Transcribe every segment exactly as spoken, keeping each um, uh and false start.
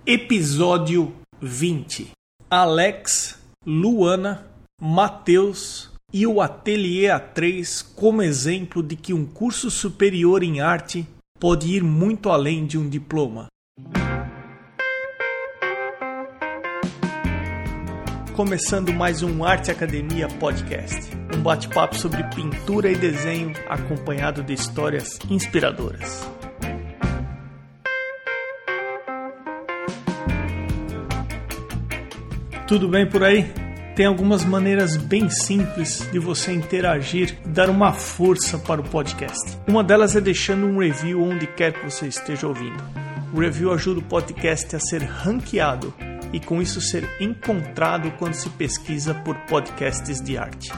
Episódio vinte. Alex, Luana, Matheus e o Ateliê A três como exemplo de que um curso superior em arte pode ir muito além de um diploma. Começando mais um Arte Academia Podcast, um bate-papo sobre pintura e desenho acompanhado de histórias inspiradoras. Tudo bem por aí? Tem algumas maneiras bem simples de você interagir e dar uma força para o podcast. Uma delas é deixando um review onde quer que você esteja ouvindo. O review ajuda o podcast a ser ranqueado e com isso ser encontrado quando se pesquisa por podcasts de arte.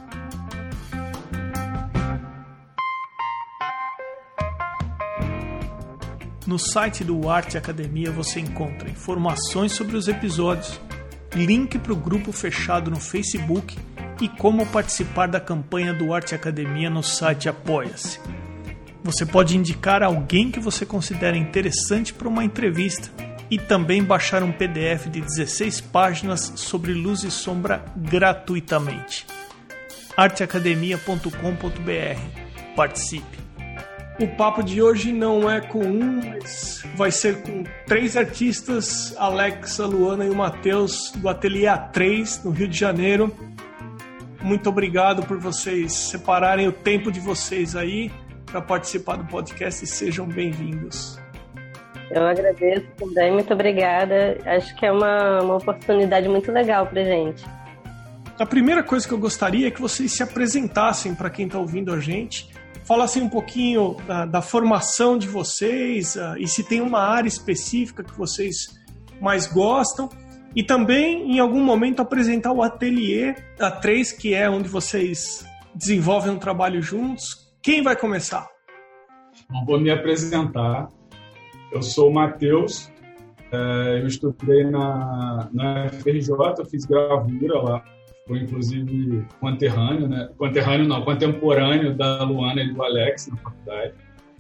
No site do Arte Academia você encontra informações sobre os episódios, link para o grupo fechado no Facebook e como participar da campanha do Arte Academia no site Apoia-se. Você pode indicar alguém que você considera interessante para uma entrevista e também baixar um P D F de dezesseis páginas sobre luz e sombra gratuitamente. arte academia ponto com ponto b r. Participe! O papo de hoje não é com um, mas vai ser com três artistas, Alex, a Luana e o Matheus, do Ateliê A três, no Rio de Janeiro. Muito obrigado por vocês separarem o tempo de vocês aí para participar do podcast e sejam bem-vindos. Eu agradeço também, muito obrigada. Acho que é uma, uma oportunidade muito legal pra gente. A primeira coisa que eu gostaria é que vocês se apresentassem para quem está ouvindo a gente. Falassem um pouquinho da, da formação de vocês uh, e se tem uma área específica que vocês mais gostam. E também, em algum momento, apresentar o Ateliê A três, que é onde vocês desenvolvem um trabalho juntos. Quem vai começar? Vou me apresentar. Eu sou o Matheus. É, eu estudei na, na F R J, eu fiz gravura lá. Foi, inclusive, conterrâneo, né? Conterrâneo não, contemporâneo da Luana e do Alex na faculdade.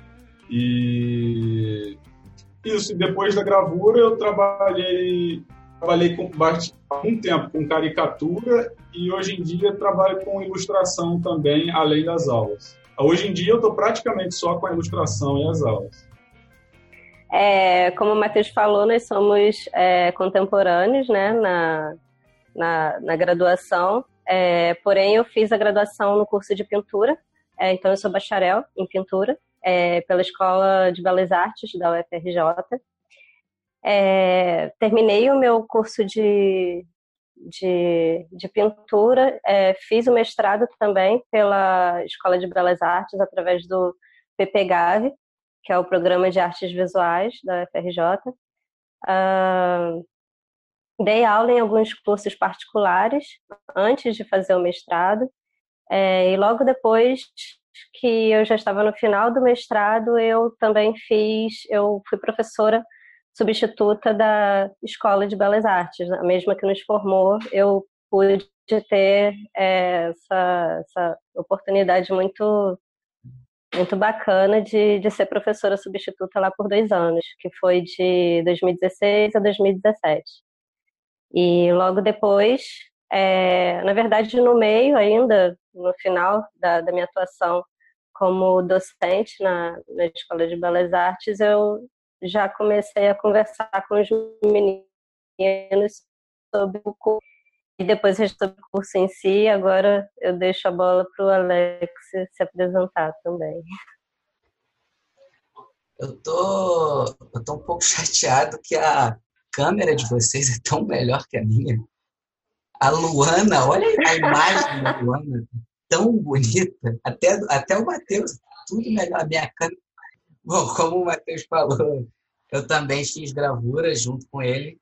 E isso, depois da gravura eu trabalhei, trabalhei com, um tempo com caricatura e hoje em dia trabalho com ilustração também, além das aulas. Hoje em dia eu estou praticamente só com a ilustração e as aulas. É, como o Matheus falou, nós somos é, contemporâneos, né, na... Na, na graduação, é, porém eu fiz a graduação no curso de pintura, é, então eu sou bacharel em pintura, é, pela Escola de Belas Artes da U F R J. É, terminei o meu curso de, de, de pintura, é, fiz o mestrado também pela Escola de Belas Artes, através do P P G A V, que é o Programa de Artes Visuais da U F R J. Ah, Dei aula em alguns cursos particulares antes de fazer o mestrado, é, e logo depois que eu já estava no final do mestrado, eu também fiz, eu fui professora substituta da Escola de Belas Artes, a mesma que nos formou. Eu pude ter é, essa, essa oportunidade muito, muito bacana de, de ser professora substituta lá por dois anos, que foi de dois mil e dezesseis a dois mil e dezessete. E logo depois, é, na verdade no meio ainda, no final da, da minha atuação como docente na, na Escola de Belas Artes, eu já comecei a conversar com os meninos sobre o curso e depois sobre o curso em si. Agora eu deixo a bola para o Alex se apresentar também. Eu tô, eu tô um pouco chateado que a câmera de vocês é tão melhor que a minha. A Luana, olha a imagem da Luana, tão bonita. Até, até o Matheus, tudo melhor. A minha câmera. Bom, como o Matheus falou, eu também fiz gravura junto com ele.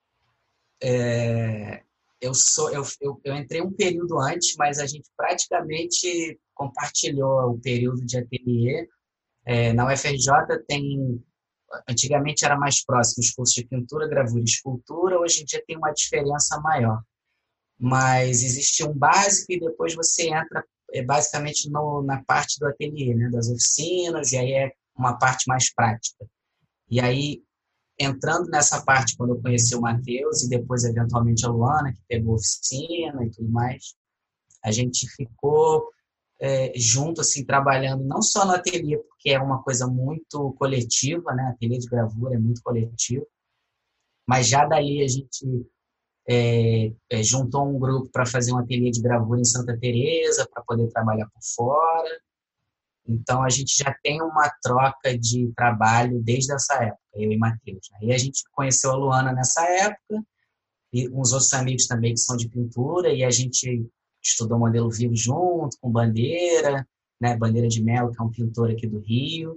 É, eu, sou, eu, eu, eu entrei um período antes, mas a gente praticamente compartilhou o período de ateliê. É, na U F R J tem... Antigamente era mais próximo os cursos de pintura, gravura e escultura, hoje em dia tem uma diferença maior. Mas existe um básico e depois você entra é, basicamente no, na parte do ateliê, né, das oficinas, e aí é uma parte mais prática. E aí entrando nessa parte quando eu conheci o Matheus e depois, eventualmente, a Luana, que pegou oficina e tudo mais, a gente ficou é, junto, assim, trabalhando não só no ateliê, porque é uma coisa muito coletiva, né? Ateliê de gravura é muito coletivo, mas já dali a gente é, é, juntou um grupo para fazer um ateliê de gravura em Santa Teresa, para poder trabalhar por fora. Então, a gente já tem uma troca de trabalho desde essa época, eu e Matheus. Aí a gente conheceu a Luana nessa época, e uns outros amigos também que são de pintura, e a gente estudou modelo vivo junto, com Bandeira, né? Bandeira de Mello, que é um pintor aqui do Rio.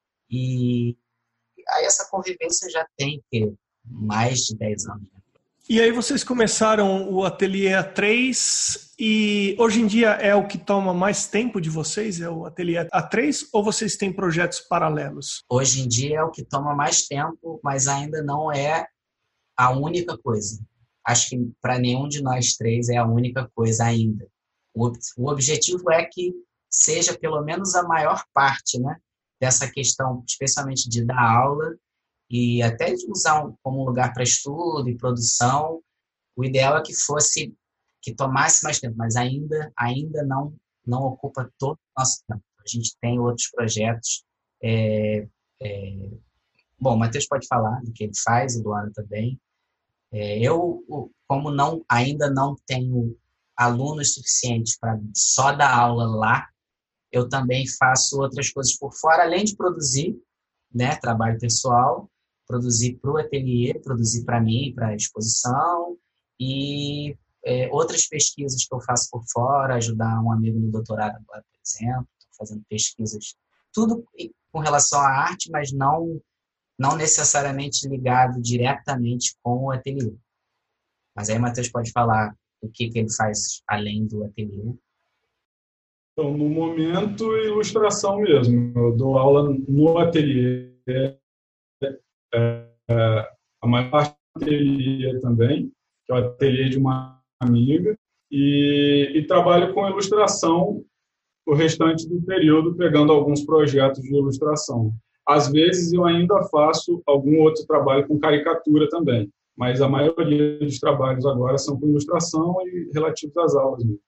E aí essa convivência já tem que, mais de dez anos. Né? E aí vocês começaram o Ateliê A três e hoje em dia é o que toma mais tempo de vocês? É o Ateliê A três ou vocês têm projetos paralelos? Hoje em dia é o que toma mais tempo, mas ainda não é a única coisa. Acho que para nenhum de nós três é a única coisa ainda. O, o objetivo é que seja pelo menos a maior parte, né, dessa questão, especialmente de dar aula, e até de usar um, como um lugar para estudo e produção. O ideal é que fosse, que tomasse mais tempo, mas ainda, ainda não, não ocupa todo o nosso tempo. A gente tem outros projetos. É, é, bom, o Matheus pode falar do que ele faz, o Luana também. É, eu, como não, ainda não tenho alunos suficientes para só dar aula lá, eu também faço outras coisas por fora, além de produzir, né, trabalho pessoal, produzir para o ateliê, produzir para mim, para a exposição, e é, outras pesquisas que eu faço por fora, ajudar um amigo no doutorado agora, por exemplo, estou fazendo pesquisas, tudo com relação à arte, mas não, não necessariamente ligado diretamente com o ateliê. Mas aí o Matheus pode falar o que, que ele faz além do ateliê. Então, no momento, ilustração mesmo. Eu dou aula no ateliê, é, é, a maior parte do ateliê também, que é o ateliê de uma amiga, e, e trabalho com ilustração o restante do período, pegando alguns projetos de ilustração. Às vezes, eu ainda faço algum outro trabalho com caricatura também, mas a maioria dos trabalhos agora são com ilustração e relativos às aulas mesmo.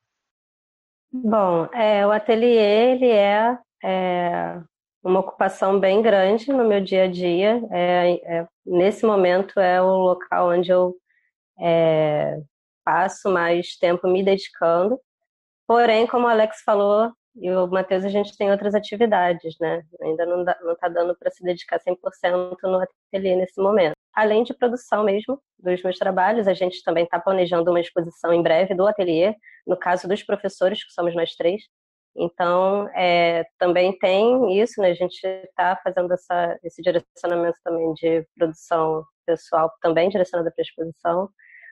Bom, é, o ateliê ele é, é uma ocupação bem grande no meu dia a dia. É, é, nesse momento é o local onde eu é, passo mais tempo me dedicando. Porém, como o Alex falou, e o Matheus, a gente tem outras atividades, né? Ainda não está dando para se dedicar cem por cento no ateliê nesse momento. Além de produção mesmo dos meus trabalhos, a gente também está planejando uma exposição em breve do ateliê, no caso dos professores, que somos nós três. Então, é, também tem isso, né? A gente está fazendo essa, esse direcionamento também de produção pessoal, também direcionada para a exposição.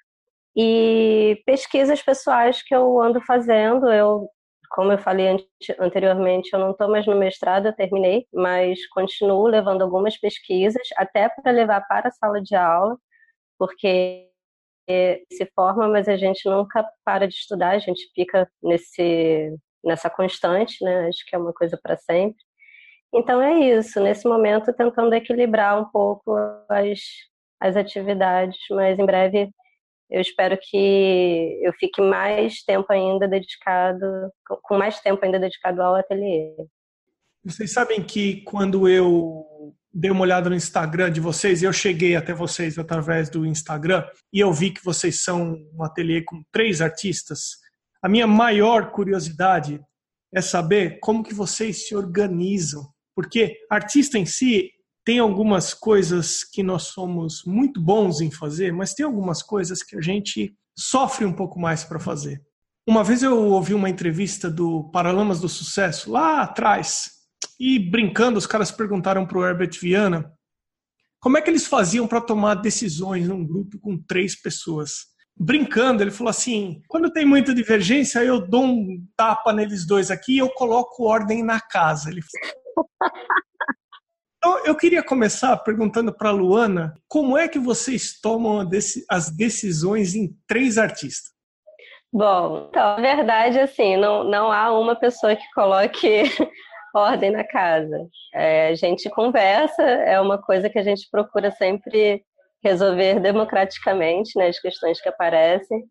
E pesquisas pessoais que eu ando fazendo, eu, como eu falei anteriormente, eu não estou mais no mestrado, eu terminei, mas continuo levando algumas pesquisas, até para levar para a sala de aula, porque se forma, mas a gente nunca para de estudar, a gente fica nesse, nessa constante, né? Acho que é uma coisa para sempre. Então é isso, nesse momento tentando equilibrar um pouco as, as atividades, mas em breve eu espero que eu fique mais tempo ainda dedicado, com mais tempo ainda dedicado ao ateliê. Vocês sabem que quando eu dei uma olhada no Instagram de vocês, eu cheguei até vocês através do Instagram, e eu vi que vocês são um ateliê com três artistas. A minha maior curiosidade é saber como que vocês se organizam, porque artista em si tem algumas coisas que nós somos muito bons em fazer, mas tem algumas coisas que a gente sofre um pouco mais para fazer. Uma vez eu ouvi uma entrevista do Paralamas do Sucesso, lá atrás, e brincando, os caras perguntaram para o Herbert Viana como é que eles faziam para tomar decisões num grupo com três pessoas. Brincando, ele falou assim, quando tem muita divergência, eu dou um tapa neles dois aqui e eu coloco ordem na casa. Ele falou. Então, eu queria começar perguntando para a Luana, como é que vocês tomam as decisões em três artistas? Bom, então, a verdade, assim, não, não há uma pessoa que coloque ordem na casa. É, a gente conversa, é uma coisa que a gente procura sempre resolver democraticamente, né, as questões que aparecem,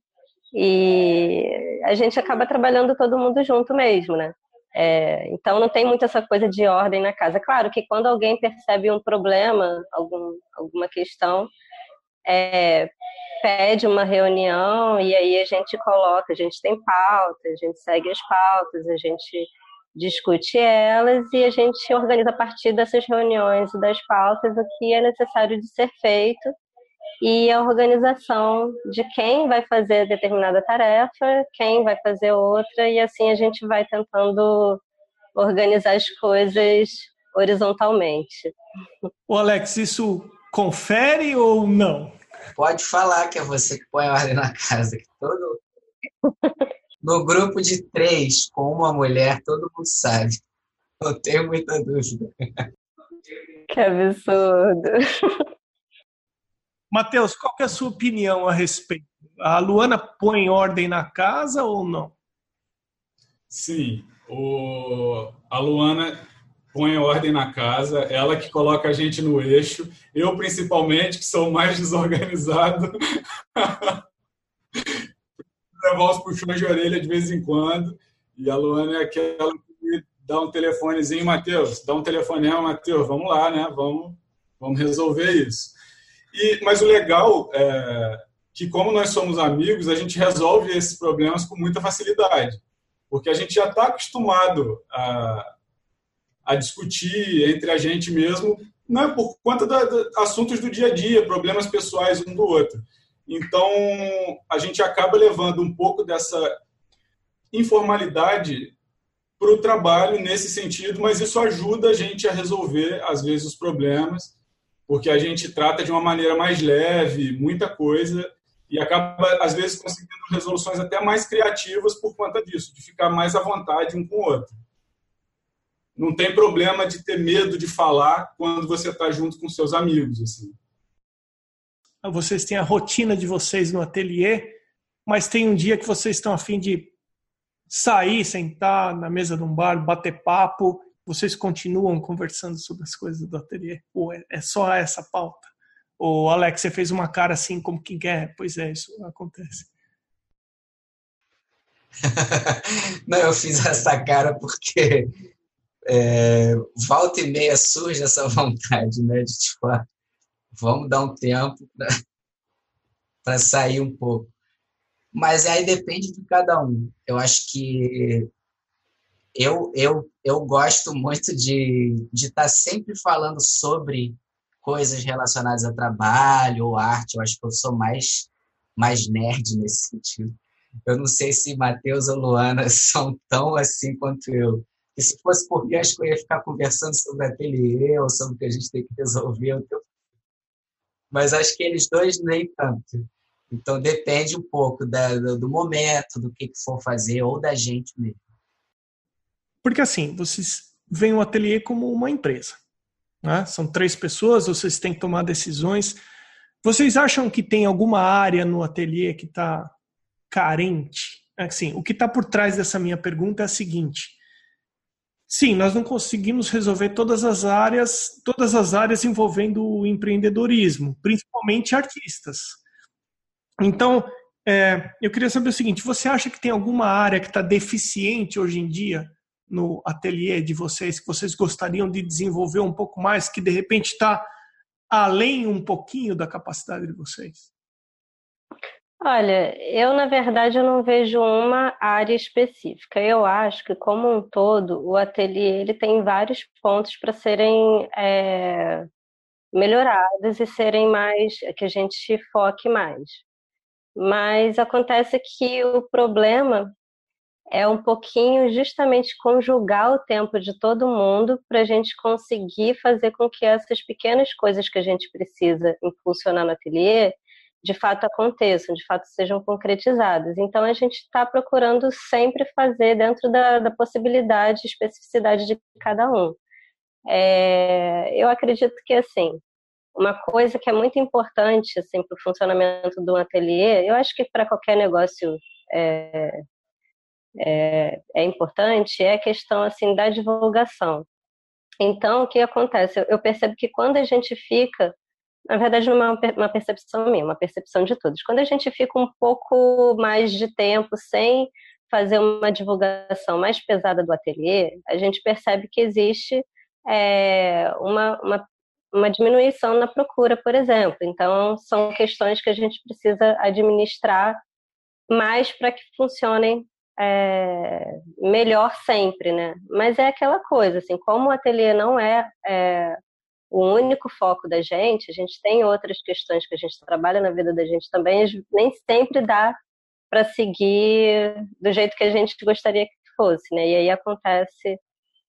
e a gente acaba trabalhando todo mundo junto mesmo, né? É, então não tem muito essa coisa de ordem na casa. Claro que quando alguém percebe um problema, algum, alguma questão, é, pede uma reunião e aí a gente coloca, a gente tem pauta, a gente segue as pautas, a gente discute elas e a gente organiza a partir dessas reuniões e das pautas o que é necessário de ser feito e a organização de quem vai fazer determinada tarefa, quem vai fazer outra, e assim a gente vai tentando organizar as coisas horizontalmente. Ô Alex, isso confere ou não? Pode falar que é você que põe a ordem na casa. Que todo... No grupo de três, com uma mulher, todo mundo sabe. Não tenho muita dúvida. Que absurdo. Matheus, qual que é a sua opinião a respeito? A Luana põe ordem na casa ou não? Sim, o... a Luana põe ordem na casa, ela que coloca a gente no eixo. Eu, principalmente, que sou o mais desorganizado, levar os puxões de orelha de vez em quando. E a Luana é aquela que dá um telefonezinho, Matheus, dá um telefonema, Matheus, vamos lá, né? Vamos, vamos resolver isso. E, mas o legal é que, como nós somos amigos, a gente resolve esses problemas com muita facilidade, porque a gente já está acostumado a, a discutir entre a gente mesmo, né, por conta de assuntos do dia a dia, problemas pessoais um do outro. Então, a gente acaba levando um pouco dessa informalidade para o trabalho nesse sentido, mas isso ajuda a gente a resolver, às vezes, os problemas, porque a gente trata de uma maneira mais leve, muita coisa, e acaba, às vezes, conseguindo resoluções até mais criativas por conta disso, de ficar mais à vontade um com o outro. Não tem problema de ter medo de falar quando você está junto com seus amigos, assim. Vocês têm a rotina de vocês no ateliê, mas tem um dia que vocês estão a fim de sair, sentar na mesa de um bar, bater papo, vocês continuam conversando sobre as coisas do ateliê? Ou é, é só essa pauta? Ou, Alex, você fez uma cara assim como quem quer? Pois é, isso acontece. Não, eu fiz essa cara porque é, volta e meia surge essa vontade, né? De tipo, ah, vamos dar um tempo para sair um pouco. Mas aí depende de cada um. Eu acho que eu, eu, eu gosto muito de de estar sempre falando sobre coisas relacionadas a trabalho ou arte. Eu acho que eu sou mais, mais nerd nesse sentido. Eu não sei se Matheus ou Luana são tão assim quanto eu. E se fosse por mim, acho que eu ia ficar conversando sobre ateliê ou sobre o que a gente tem que resolver. Mas acho que eles dois nem tanto. Então depende um pouco da, do, do momento, do que, que for fazer, ou da gente mesmo. Porque assim, vocês veem o ateliê como uma empresa, né? São três pessoas, vocês têm que tomar decisões. Vocês acham que tem alguma área no ateliê que está carente? Assim, o que está por trás dessa minha pergunta é a seguinte: sim, nós não conseguimos resolver todas as áreas, todas as áreas envolvendo o empreendedorismo, principalmente artistas. Então, é, eu queria saber o seguinte: você acha que tem alguma área que está deficiente hoje em dia no ateliê de vocês, que vocês gostariam de desenvolver um pouco mais, que de repente está além um pouquinho da capacidade de vocês? Olha, eu na verdade eu não vejo uma área específica. Eu acho que como um todo o ateliê ele tem vários pontos para serem é, melhorados e serem mais, que a gente foque mais. Mas acontece que o problema é um pouquinho justamente conjugar o tempo de todo mundo para a gente conseguir fazer com que essas pequenas coisas que a gente precisa impulsionar no ateliê de fato aconteçam, de fato sejam concretizadas. Então a gente está procurando sempre fazer dentro da, da possibilidade e especificidade de cada um. É, eu acredito que assim, uma coisa que é muito importante assim, para o funcionamento do ateliê, eu acho que para qualquer negócio é, é, é importante é a questão assim da divulgação. Então, o que acontece? Eu percebo que quando a gente fica, na verdade não é uma percepção minha, uma percepção de todos, quando a gente fica um pouco mais de tempo sem fazer uma divulgação mais pesada do ateliê, a gente percebe que existe é, uma, uma, uma diminuição na procura, por exemplo. Então, são questões que a gente precisa administrar mais para que funcionem é, melhor sempre, né? Mas é aquela coisa, assim, como o ateliê não é, é o único foco da gente, a gente tem outras questões que a gente trabalha na vida da gente também, nem sempre dá para seguir do jeito que a gente gostaria que fosse, né? E aí acontece...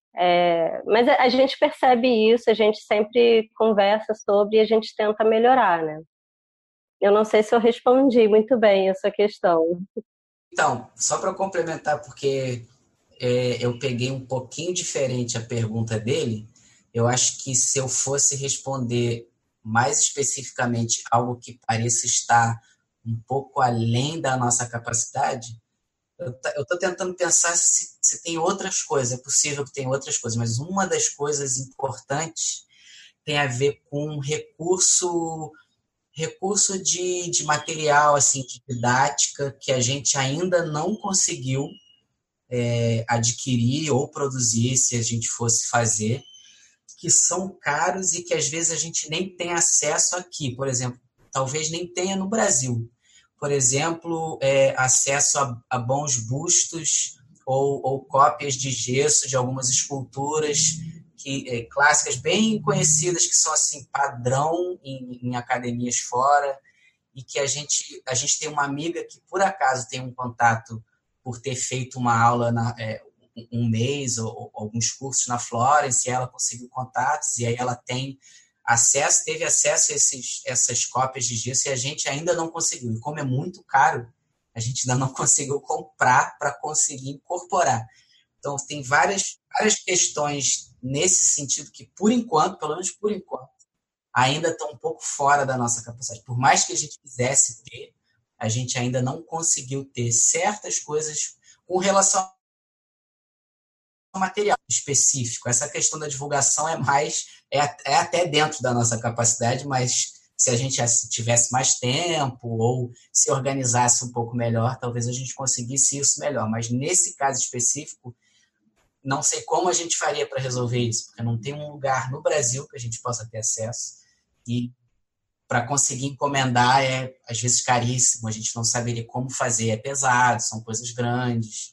É, mas a gente percebe isso, a gente sempre conversa sobre e a gente tenta melhorar, né? Eu não sei se eu respondi muito bem essa questão. Então, só para complementar, porque é, eu peguei um pouquinho diferente a pergunta dele, eu acho que se eu fosse responder mais especificamente algo que pareça estar um pouco além da nossa capacidade, eu estou tentando pensar se, se tem outras coisas, é possível que tenha outras coisas, mas uma das coisas importantes tem a ver com recurso, recurso de, de material, assim, de didática, que a gente ainda não conseguiu é, adquirir ou produzir se a gente fosse fazer, que são caros e que às vezes a gente nem tem acesso aqui, por exemplo, talvez nem tenha no Brasil. Por exemplo, é, acesso a, a bons bustos ou, ou cópias de gesso de algumas esculturas que, é, clássicas bem conhecidas, que são assim, padrão em, em academias fora, e que a gente, a gente tem uma amiga que, por acaso, tem um contato por ter feito uma aula na, é, um mês ou, ou alguns cursos na Florence, e ela conseguiu contatos, e aí ela tem acesso, teve acesso a esses, essas cópias de gesso e a gente ainda não conseguiu. E como é muito caro, a gente ainda não conseguiu comprar para conseguir incorporar. Então, tem várias, várias questões nesse sentido que, por enquanto, pelo menos por enquanto, ainda estão um pouco fora da nossa capacidade. Por mais que a gente quisesse ter, a gente ainda não conseguiu ter certas coisas com relação material específico. Essa questão da divulgação é mais é, é até dentro da nossa capacidade, mas se a gente tivesse mais tempo ou se organizasse um pouco melhor, talvez a gente conseguisse isso melhor. Mas nesse caso específico, não sei como a gente faria para resolver isso, porque não tem um lugar no Brasil que a gente possa ter acesso e para conseguir encomendar é às vezes caríssimo, a gente não saberia como fazer, é pesado, são coisas grandes.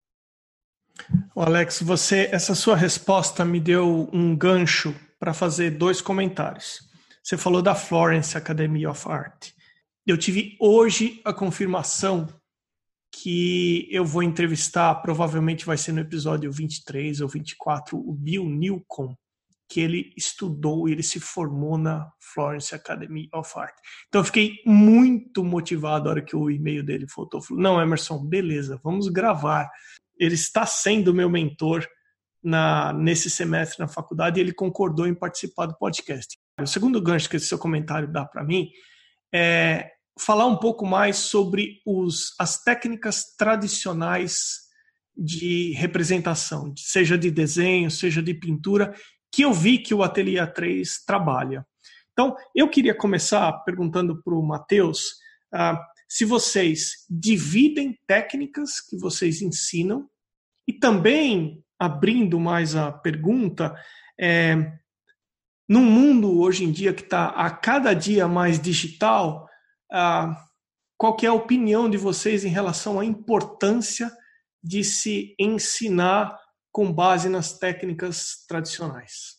O Alex, você, essa sua resposta me deu um gancho para fazer dois comentários. Você falou da Florence Academy of Art. Eu tive hoje a confirmação que eu vou entrevistar, provavelmente vai ser no episódio vinte e três ou vinte e quatro, o Bill Newcomb, que ele estudou e ele se formou na Florence Academy of Art. Então eu fiquei muito motivado na hora que o e-mail dele voltou. Falei, não, Emerson, beleza, vamos gravar. Ele está sendo meu mentor na, nesse semestre na faculdade e ele concordou em participar do podcast. O segundo gancho que esse seu comentário dá para mim é falar um pouco mais sobre os, as técnicas tradicionais de representação, seja de desenho, seja de pintura, que eu vi que o Ateliê A três trabalha. Então, eu queria começar perguntando para o Matheus uh, se vocês dividem técnicas que vocês ensinam e também, abrindo mais a pergunta, é, num mundo hoje em dia que está a cada dia mais digital, uh, qual que é a opinião de vocês em relação à importância de se ensinar com base nas técnicas tradicionais?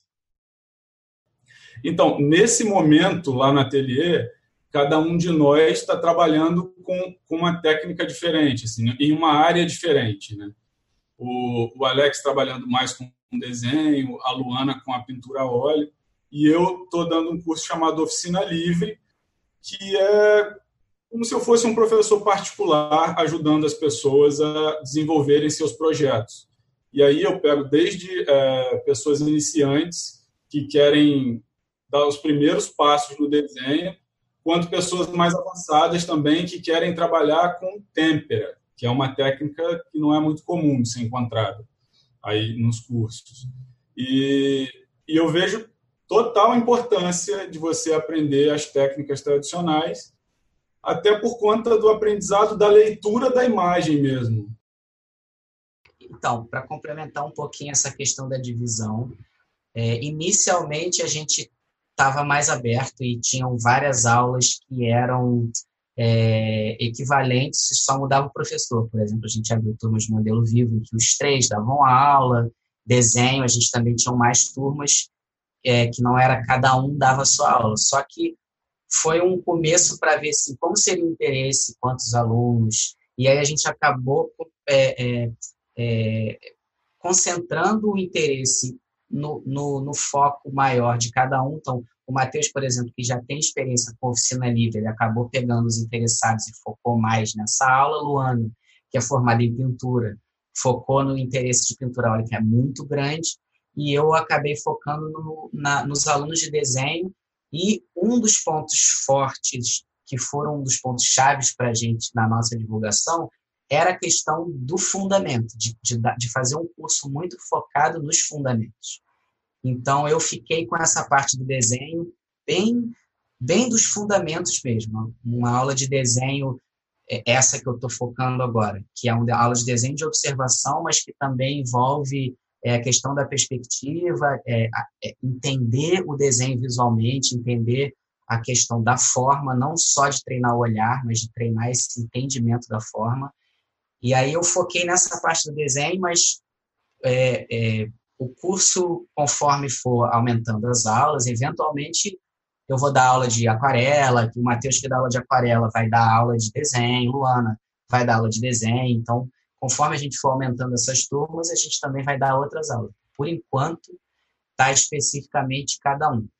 Então, nesse momento, lá no ateliê, cada um de nós está trabalhando com, com uma técnica diferente, assim, em uma área diferente, né? O, o Alex trabalhando mais com desenho, a Luana com a pintura a óleo, e eu estou dando um curso chamado Oficina Livre, que é como se eu fosse um professor particular ajudando as pessoas a desenvolverem seus projetos. E aí eu pego desde é, pessoas iniciantes que querem dar os primeiros passos no desenho, quanto pessoas mais avançadas também que querem trabalhar com têmpera, que é uma técnica que não é muito comum de ser encontrada aí nos cursos. E, e eu vejo total importância de você aprender as técnicas tradicionais, até por conta do aprendizado da leitura da imagem mesmo. Então, para complementar um pouquinho essa questão da divisão, é, inicialmente a gente estava mais aberto e tinham várias aulas que eram é, equivalentes, só mudava o professor. Por exemplo, a gente abriu turmas de modelo vivo, em que os três davam aula, desenho, a gente também tinha mais turmas é, que não era cada um dava a sua aula. Só que foi um começo para ver assim, como seria o interesse, quantos alunos, e aí a gente acabou é, é, é, concentrando o interesse no, no, no foco maior de cada um. Então, o Matheus, por exemplo, que já tem experiência com oficina livre, ele acabou pegando os interessados e focou mais nessa aula. Luana, que é formada em pintura, focou no interesse de pintura, que é muito grande, e eu acabei focando no, na, nos alunos de desenho. E um dos pontos fortes, que foram um dos pontos chaves para a gente na nossa divulgação, era a questão do fundamento, de, de, de fazer um curso muito focado nos fundamentos. Então, eu fiquei com essa parte do desenho bem, bem dos fundamentos mesmo. Uma aula de desenho, essa que eu estou focando agora, que é uma aula de desenho de observação, mas que também envolve é, a questão da perspectiva, é, é, entender o desenho visualmente, entender a questão da forma, não só de treinar o olhar, mas de treinar esse entendimento da forma. E aí eu foquei nessa parte do desenho, mas é, é, o curso, conforme for aumentando as aulas, eventualmente eu vou dar aula de aquarela, que o Matheus que dá aula de aquarela vai dar aula de desenho, Luana vai dar aula de desenho. Então, conforme a gente for aumentando essas turmas, a gente também vai dar outras aulas. Por enquanto, está especificamente cada um.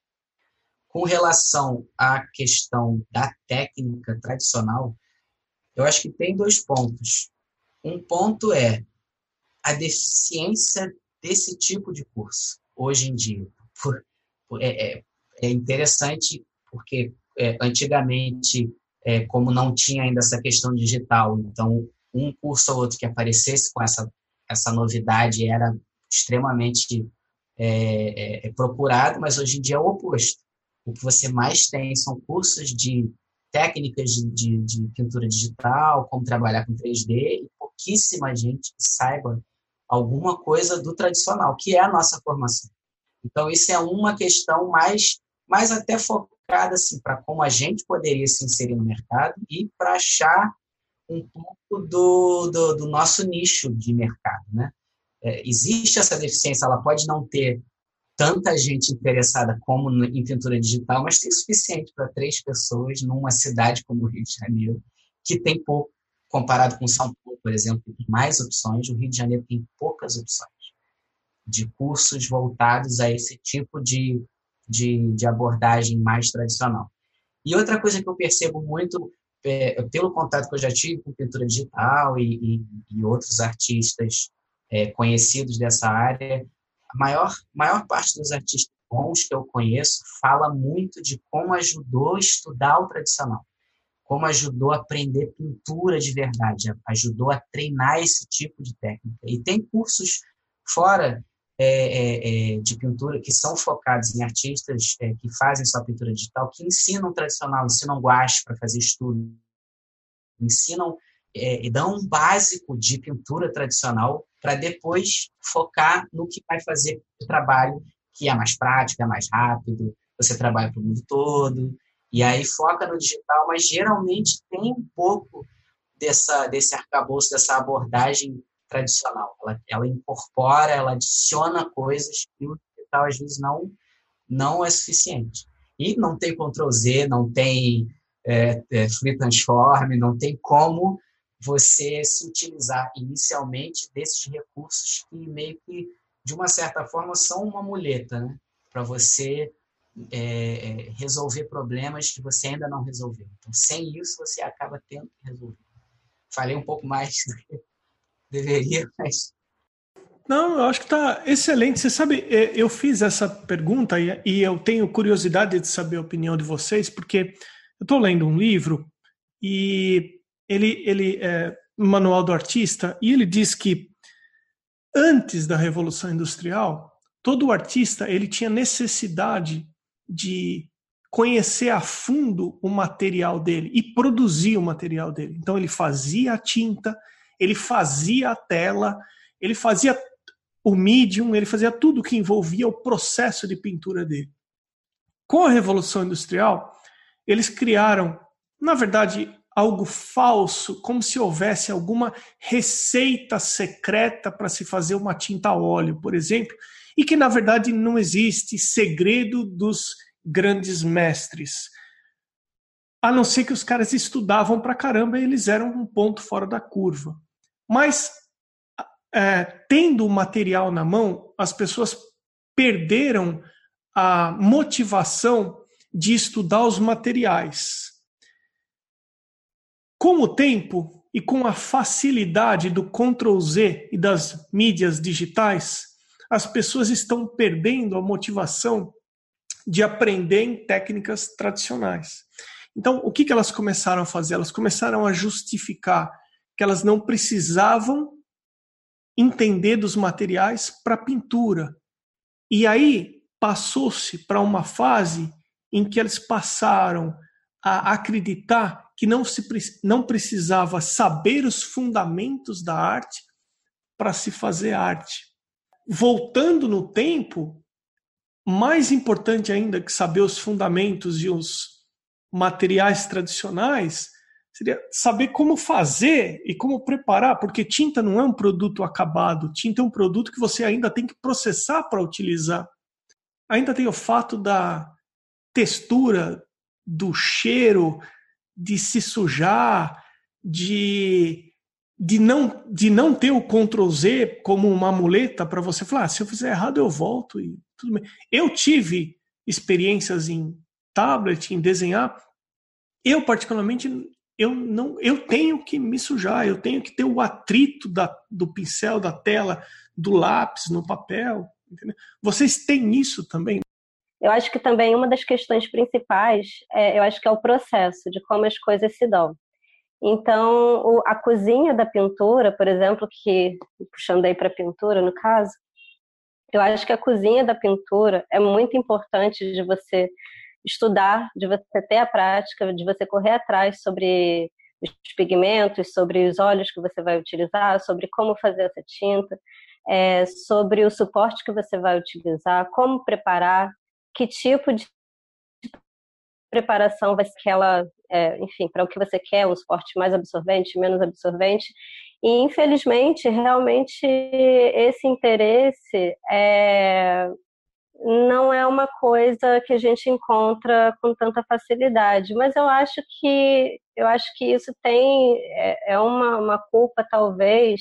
Com relação à questão da técnica tradicional, eu acho que tem dois pontos. Um ponto é a deficiência desse tipo de curso, hoje em dia. Por, por, é, é interessante porque é, antigamente, é, como não tinha ainda essa questão digital, então um curso ou outro que aparecesse com essa, essa novidade era extremamente é, é, procurado, mas hoje em dia é o oposto. O que você mais tem são cursos de técnicas de, de, de pintura digital, como trabalhar com três D, e pouquíssima gente saiba alguma coisa do tradicional, que é a nossa formação. Então, isso é uma questão mais, mais até focada assim, para como a gente poderia se inserir no mercado e para achar um pouco do, do, do nosso nicho de mercado, né? É, existe essa deficiência, ela pode não ter tanta gente interessada como no, em pintura digital, mas tem o suficiente para três pessoas numa cidade como o Rio de Janeiro, que tem pouco, comparado com São Paulo, por exemplo, que tem mais opções. O Rio de Janeiro tem poucas opções de cursos voltados a esse tipo de, de, de abordagem mais tradicional. E outra coisa que eu percebo muito, é, pelo contato que eu já tive com pintura digital e, e, e outros artistas é, conhecidos dessa área, a maior, maior parte dos artistas bons que eu conheço fala muito de como ajudou a estudar o tradicional, como ajudou a aprender pintura de verdade, ajudou a treinar esse tipo de técnica. E tem cursos fora é, é, de pintura que são focados em artistas é, que fazem só pintura digital, que ensinam tradicional, ensinam gouache para fazer estudo, ensinam é, e dão um básico de pintura tradicional para depois focar no que vai fazer o trabalho, que é mais prático, é mais rápido, você trabalha para o mundo todo, e aí foca no digital, mas geralmente tem um pouco dessa, desse arcabouço, dessa abordagem tradicional. Ela, ela incorpora, ela adiciona coisas que o digital às vezes não, não é suficiente. E não tem control Z, não tem é, é, Free Transform, não tem como você se utilizar inicialmente desses recursos que meio que, de uma certa forma, são uma muleta, né? Para você é, resolver problemas que você ainda não resolveu. Então, sem isso, você acaba tendo que resolver. Falei um pouco mais do que deveria, mas... Não, eu acho que está excelente. Você sabe, eu fiz essa pergunta e eu tenho curiosidade de saber a opinião de vocês, porque eu estou lendo um livro e ele, ele é, Manual do Artista, e ele diz que antes da Revolução Industrial, todo artista ele tinha necessidade de conhecer a fundo o material dele e produzir o material dele. Então ele fazia a tinta, ele fazia a tela, ele fazia o medium, ele fazia tudo que envolvia o processo de pintura dele. Com a Revolução Industrial, eles criaram, na verdade, algo falso, como se houvesse alguma receita secreta para se fazer uma tinta a óleo, por exemplo, e que, na verdade, não existe segredo dos grandes mestres. A não ser que os caras estudavam pra caramba e eles eram um ponto fora da curva. Mas, é, tendo o material na mão, as pessoas perderam a motivação de estudar os materiais. Com o tempo e com a facilidade do control Z e das mídias digitais, as pessoas estão perdendo a motivação de aprender em técnicas tradicionais. Então, o que que elas começaram a fazer? Elas começaram a justificar que elas não precisavam entender dos materiais para pintura. E aí passou-se para uma fase em que eles passaram a acreditar que não, se, não precisava saber os fundamentos da arte para se fazer arte. Voltando no tempo, mais importante ainda que saber os fundamentos e os materiais tradicionais, seria saber como fazer e como preparar, porque tinta não é um produto acabado, tinta é um produto que você ainda tem que processar para utilizar. Ainda tem o fato da textura, do cheiro, de se sujar, de, de, não, de não ter o control Z como uma muleta para você falar, ah, se eu fizer errado eu volto e tudo bem. Eu tive experiências em tablet, em desenhar. Eu, particularmente, eu, não, eu tenho que me sujar, eu tenho que ter o atrito da, do pincel, da tela, do lápis no papel. Entendeu? Vocês têm isso também? Eu acho que também uma das questões principais, é, eu acho que é o processo de como as coisas se dão. Então, o, a cozinha da pintura, por exemplo, que puxando aí para a pintura, no caso, eu acho que a cozinha da pintura é muito importante de você estudar, de você ter a prática, de você correr atrás sobre os pigmentos, sobre os óleos que você vai utilizar, sobre como fazer essa tinta, é, sobre o suporte que você vai utilizar, como preparar, que tipo de preparação vai ser aquela, é, enfim, para o que você quer, um suporte mais absorvente, menos absorvente. E, infelizmente, realmente, esse interesse é, não é uma coisa que a gente encontra com tanta facilidade. Mas eu acho que, eu acho que isso tem, é, é uma, uma culpa, talvez,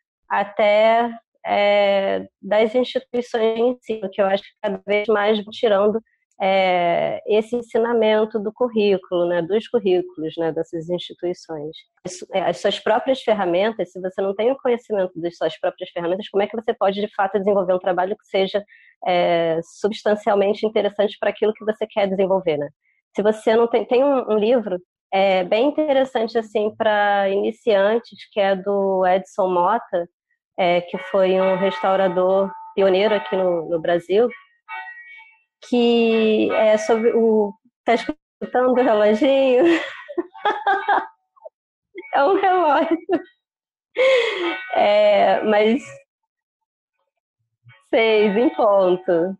até é, das instituições em si, que eu acho que cada vez mais vão tirando É, esse ensinamento do currículo, né, dos currículos, né, dessas instituições. As, as suas próprias ferramentas, se você não tem o conhecimento das suas próprias ferramentas, como é que você pode, de fato, desenvolver um trabalho que seja é, substancialmente interessante para aquilo que você quer desenvolver, né? Se você não tem... Tem um, um livro é, bem interessante assim, para iniciantes, que é do Edson Mota, é, que foi um restaurador pioneiro aqui no, no Brasil, que é sobre o... Tá escutando o reloginho? É um relógio. É, mas... Seis em ponto.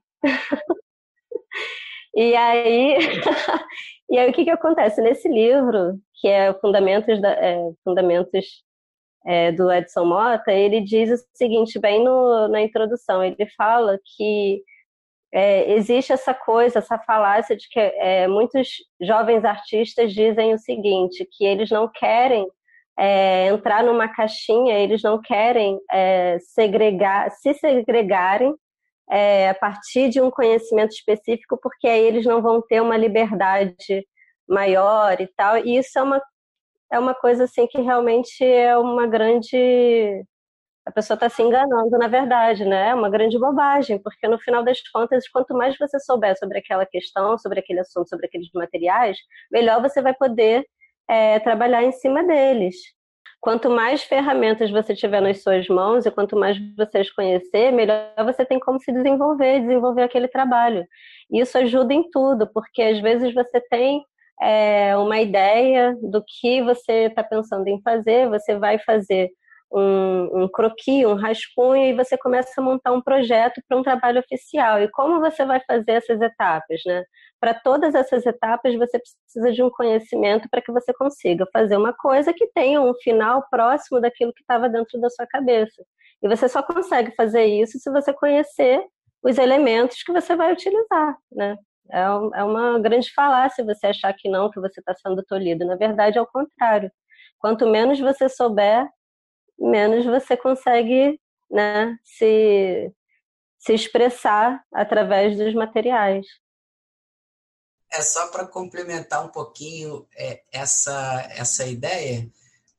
E aí... e aí o que que acontece? Nesse livro, que é Fundamentos, da, é, Fundamentos é, do Edson Mota, ele diz o seguinte, bem no, na introdução, ele fala que É, existe essa coisa, essa falácia de que é, muitos jovens artistas dizem o seguinte, que eles não querem é, entrar numa caixinha, eles não querem é, segregar, se segregarem é, a partir de um conhecimento específico, porque aí eles não vão ter uma liberdade maior e tal. E isso é uma, é uma coisa assim, que realmente é uma grande... A pessoa está se enganando, na verdade, né? É uma grande bobagem, porque no final das contas, quanto mais você souber sobre aquela questão, sobre aquele assunto, sobre aqueles materiais, melhor você vai poder é, trabalhar em cima deles. quanto mais ferramentas você tiver nas suas mãos e quanto mais você as conhecer, melhor você tem como se desenvolver, desenvolver aquele trabalho. E isso ajuda em tudo, porque às vezes você tem é, uma ideia do que você está pensando em fazer, você vai fazer um, um croquis, um rascunho, e você começa a montar um projeto para um trabalho oficial. E como você vai fazer essas etapas, né? Para todas essas etapas, você precisa de um conhecimento para que você consiga fazer uma coisa que tenha um final próximo daquilo que estava dentro da sua cabeça. E você só consegue fazer isso se você conhecer os elementos que você vai utilizar, né? É uma grande falácia você achar que não, que você está sendo tolhido. Na verdade, é o contrário. Quanto menos você souber, menos você consegue, né, se, se expressar através dos materiais. É só para complementar um pouquinho é, essa, essa ideia,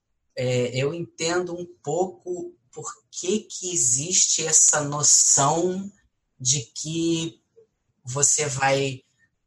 é, eu entendo um pouco por que, que existe essa noção de que você vai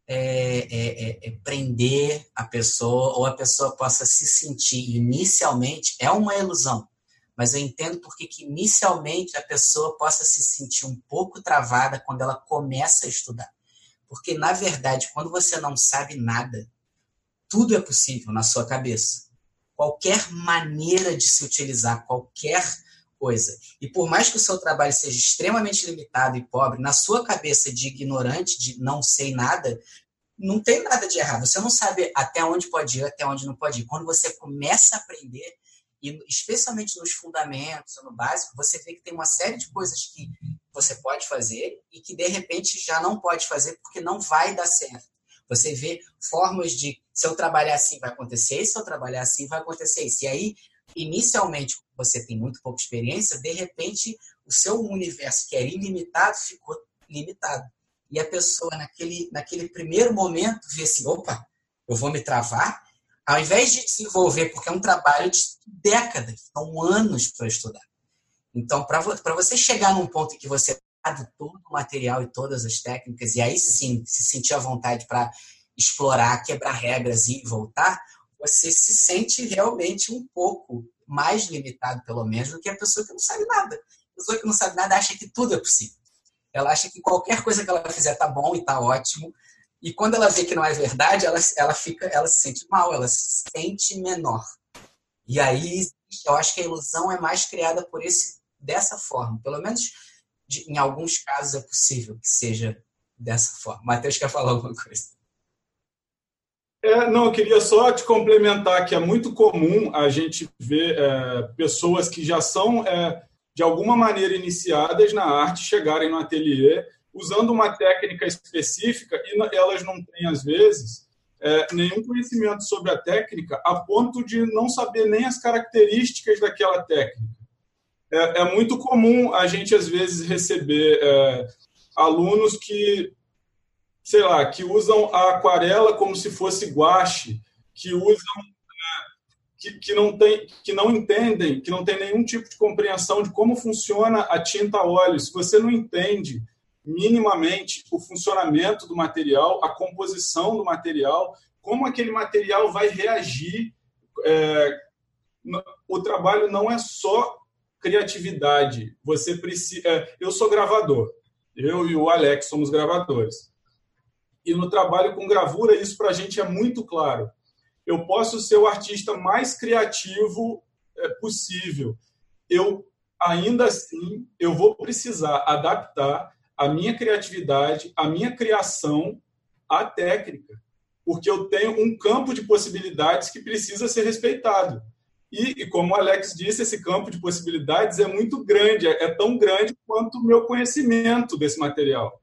é, é, é, prender a pessoa, ou a pessoa possa se sentir inicialmente, é uma ilusão, mas eu entendo por que que inicialmente a pessoa possa se sentir um pouco travada quando ela começa a estudar. Porque, na verdade, quando você não sabe nada, tudo é possível na sua cabeça. Qualquer maneira de se utilizar, qualquer coisa. E por mais que o seu trabalho seja extremamente limitado e pobre, na sua cabeça de ignorante, de não sei nada, não tem nada de errado. Você não sabe até onde pode ir, até onde não pode ir. Quando você começa a aprender, e especialmente nos fundamentos, no básico, você vê que tem uma série de coisas que você pode fazer e que, de repente, já não pode fazer porque não vai dar certo. Você vê formas de, se eu trabalhar assim, vai acontecer isso, se eu trabalhar assim, vai acontecer isso. E aí, inicialmente, você tem muito pouca experiência, de repente, o seu universo, que era ilimitado, ficou limitado. E a pessoa, naquele, naquele primeiro momento, vê assim, opa, eu vou me travar, ao invés de desenvolver, porque é um trabalho de décadas, são anos para estudar. Então, para você chegar num ponto em que você sabe todo o material e todas as técnicas, e aí sim se sentir à vontade para explorar, quebrar regras e voltar, você se sente realmente um pouco mais limitado, pelo menos, do que a pessoa que não sabe nada. A pessoa que não sabe nada acha que tudo é possível. Ela acha que qualquer coisa que ela fizer está bom e está ótimo. E quando ela vê que não é verdade, ela, ela, fica, ela se sente mal, ela se sente menor. E aí, eu acho que a ilusão é mais criada por esse, dessa forma. Pelo menos, de, em alguns casos, é possível que seja dessa forma. Matheus quer falar alguma coisa? É, não, eu queria só te complementar que é muito comum a gente ver é, pessoas que já são, é, de alguma maneira, iniciadas na arte, chegarem no ateliê usando uma técnica específica e elas não têm, às vezes, é, nenhum conhecimento sobre a técnica a ponto de não saber nem as características daquela técnica. É, é muito comum a gente, às vezes, receber é, alunos que, sei lá, que usam a aquarela como se fosse guache, que usam, que, que, não tem, que não entendem, que não tem nenhum tipo de compreensão de como funciona a tinta a óleo. Se você não entende minimamente o funcionamento do material, a composição do material, como aquele material vai reagir. É, o trabalho não é só criatividade. Você precisa. É, eu sou gravador. Eu e o Alex somos gravadores. E no trabalho com gravura, isso para a gente é muito claro. Eu posso ser o artista mais criativo é, possível. Eu, ainda assim, eu vou precisar adaptar a minha criatividade, a minha criação à técnica, porque eu tenho um campo de possibilidades que precisa ser respeitado. E, e como o Alex disse, esse campo de possibilidades é muito grande, é, é tão grande quanto o meu conhecimento desse material.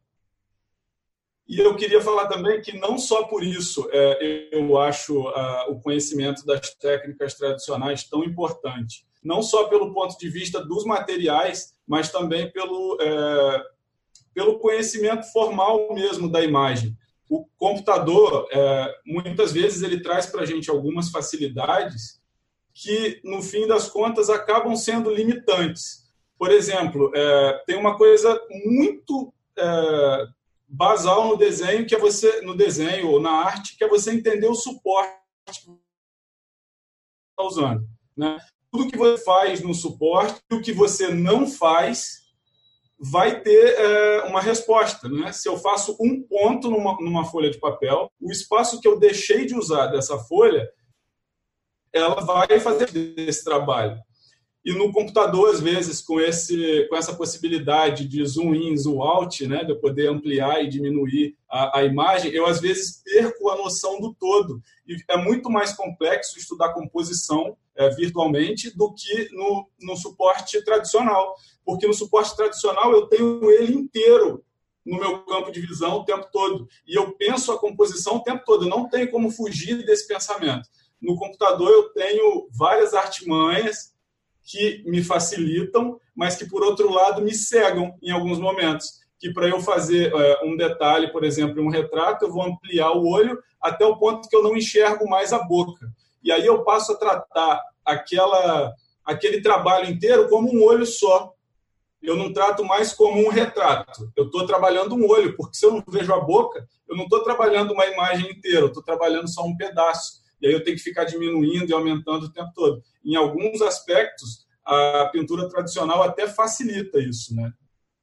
E eu queria falar também que não só por isso é, eu acho uh, o conhecimento das técnicas tradicionais tão importante, não só pelo ponto de vista dos materiais, mas também pelo... É, pelo conhecimento formal mesmo da imagem. O computador, é, muitas vezes, ele traz para a gente algumas facilidades que, no fim das contas, acabam sendo limitantes. Por exemplo, é, tem uma coisa muito é, basal no desenho, que é você, no desenho ou na arte, que é você entender o suporte que você está usando, né? tudo que você faz no suporte, o que você não faz, vai ter é, uma resposta. Né? Se eu faço um ponto numa, numa folha de papel, o espaço que eu deixei de usar dessa folha, ela vai fazer esse trabalho. E no computador, às vezes, com, esse, com essa possibilidade de zoom in, zoom out, né, de eu poder ampliar e diminuir a, a imagem, eu, às vezes, perco a noção do todo. E é muito mais complexo estudar composição é, virtualmente do que no, no suporte tradicional. Porque no suporte tradicional eu tenho ele inteiro no meu campo de visão o tempo todo. E eu penso a composição o tempo todo. Eu não tenho como fugir desse pensamento. No computador eu tenho várias artimanhas que me facilitam, mas que, por outro lado, me cegam em alguns momentos. Que para eu fazer é, um detalhe, por exemplo, um retrato, eu vou ampliar o olho até o ponto que eu não enxergo mais a boca. E aí eu passo a tratar aquela, aquele trabalho inteiro como um olho só. Eu não trato mais como um retrato. Eu estou trabalhando um olho, porque se eu não vejo a boca, eu não estou trabalhando uma imagem inteira, eu estou trabalhando só um pedaço. E aí eu tenho que ficar diminuindo e aumentando o tempo todo. Em alguns aspectos, a pintura tradicional até facilita isso, né?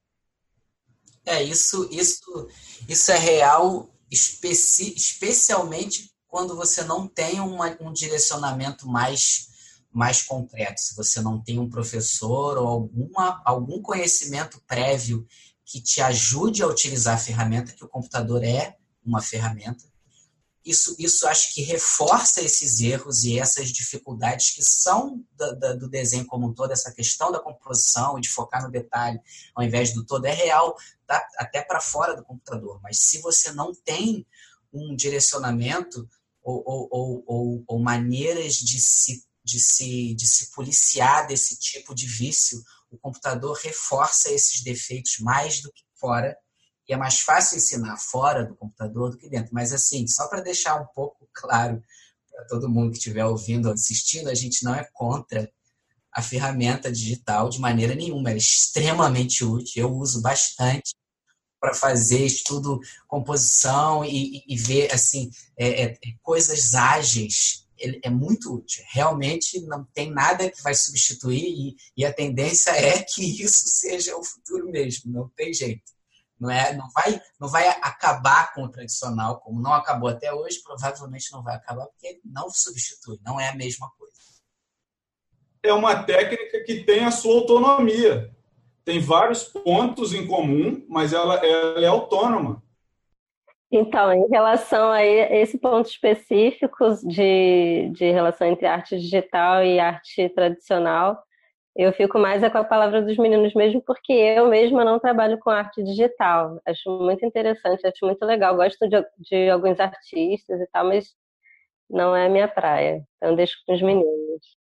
É, isso, isso, isso é real, especi, especialmente quando você não tem uma, um direcionamento mais, mais concreto. Se você não tem um professor ou alguma, algum conhecimento prévio que te ajude a utilizar a ferramenta, que o computador é uma ferramenta. Isso, isso acho que reforça esses erros e essas dificuldades que são da, da, do desenho como um todo, essa questão da composição e de focar no detalhe ao invés do todo, é real, tá? Até para fora do computador. Mas se você não tem um direcionamento ou, ou, ou, ou, ou maneiras de se, de, se, de se policiar desse tipo de vício, o computador reforça esses defeitos mais do que fora. E é mais fácil ensinar fora do computador do que dentro. Mas, assim, só para deixar um pouco claro para todo mundo que estiver ouvindo ou assistindo, a gente não é contra a ferramenta digital de maneira nenhuma. Ela é extremamente útil. Eu uso bastante para fazer estudo, composição e, e, e ver, assim, é, é, coisas ágeis. É muito útil. Realmente não tem nada que vai substituir e, e a tendência é que isso seja o futuro mesmo. Não tem jeito. Não, é, não, vai, não vai acabar com o tradicional, como não acabou até hoje, provavelmente não vai acabar, porque não substitui, não é a mesma coisa. É uma técnica que tem a sua autonomia. Tem vários pontos em comum, mas ela, ela é autônoma. Então, em relação a esse ponto específico de, de relação entre arte digital e arte tradicional, eu fico mais é com a palavra dos meninos mesmo, porque eu mesma não trabalho com arte digital. Acho muito interessante, acho muito legal. Gosto de, de alguns artistas e tal, mas não é a minha praia. Então deixo com os meninos.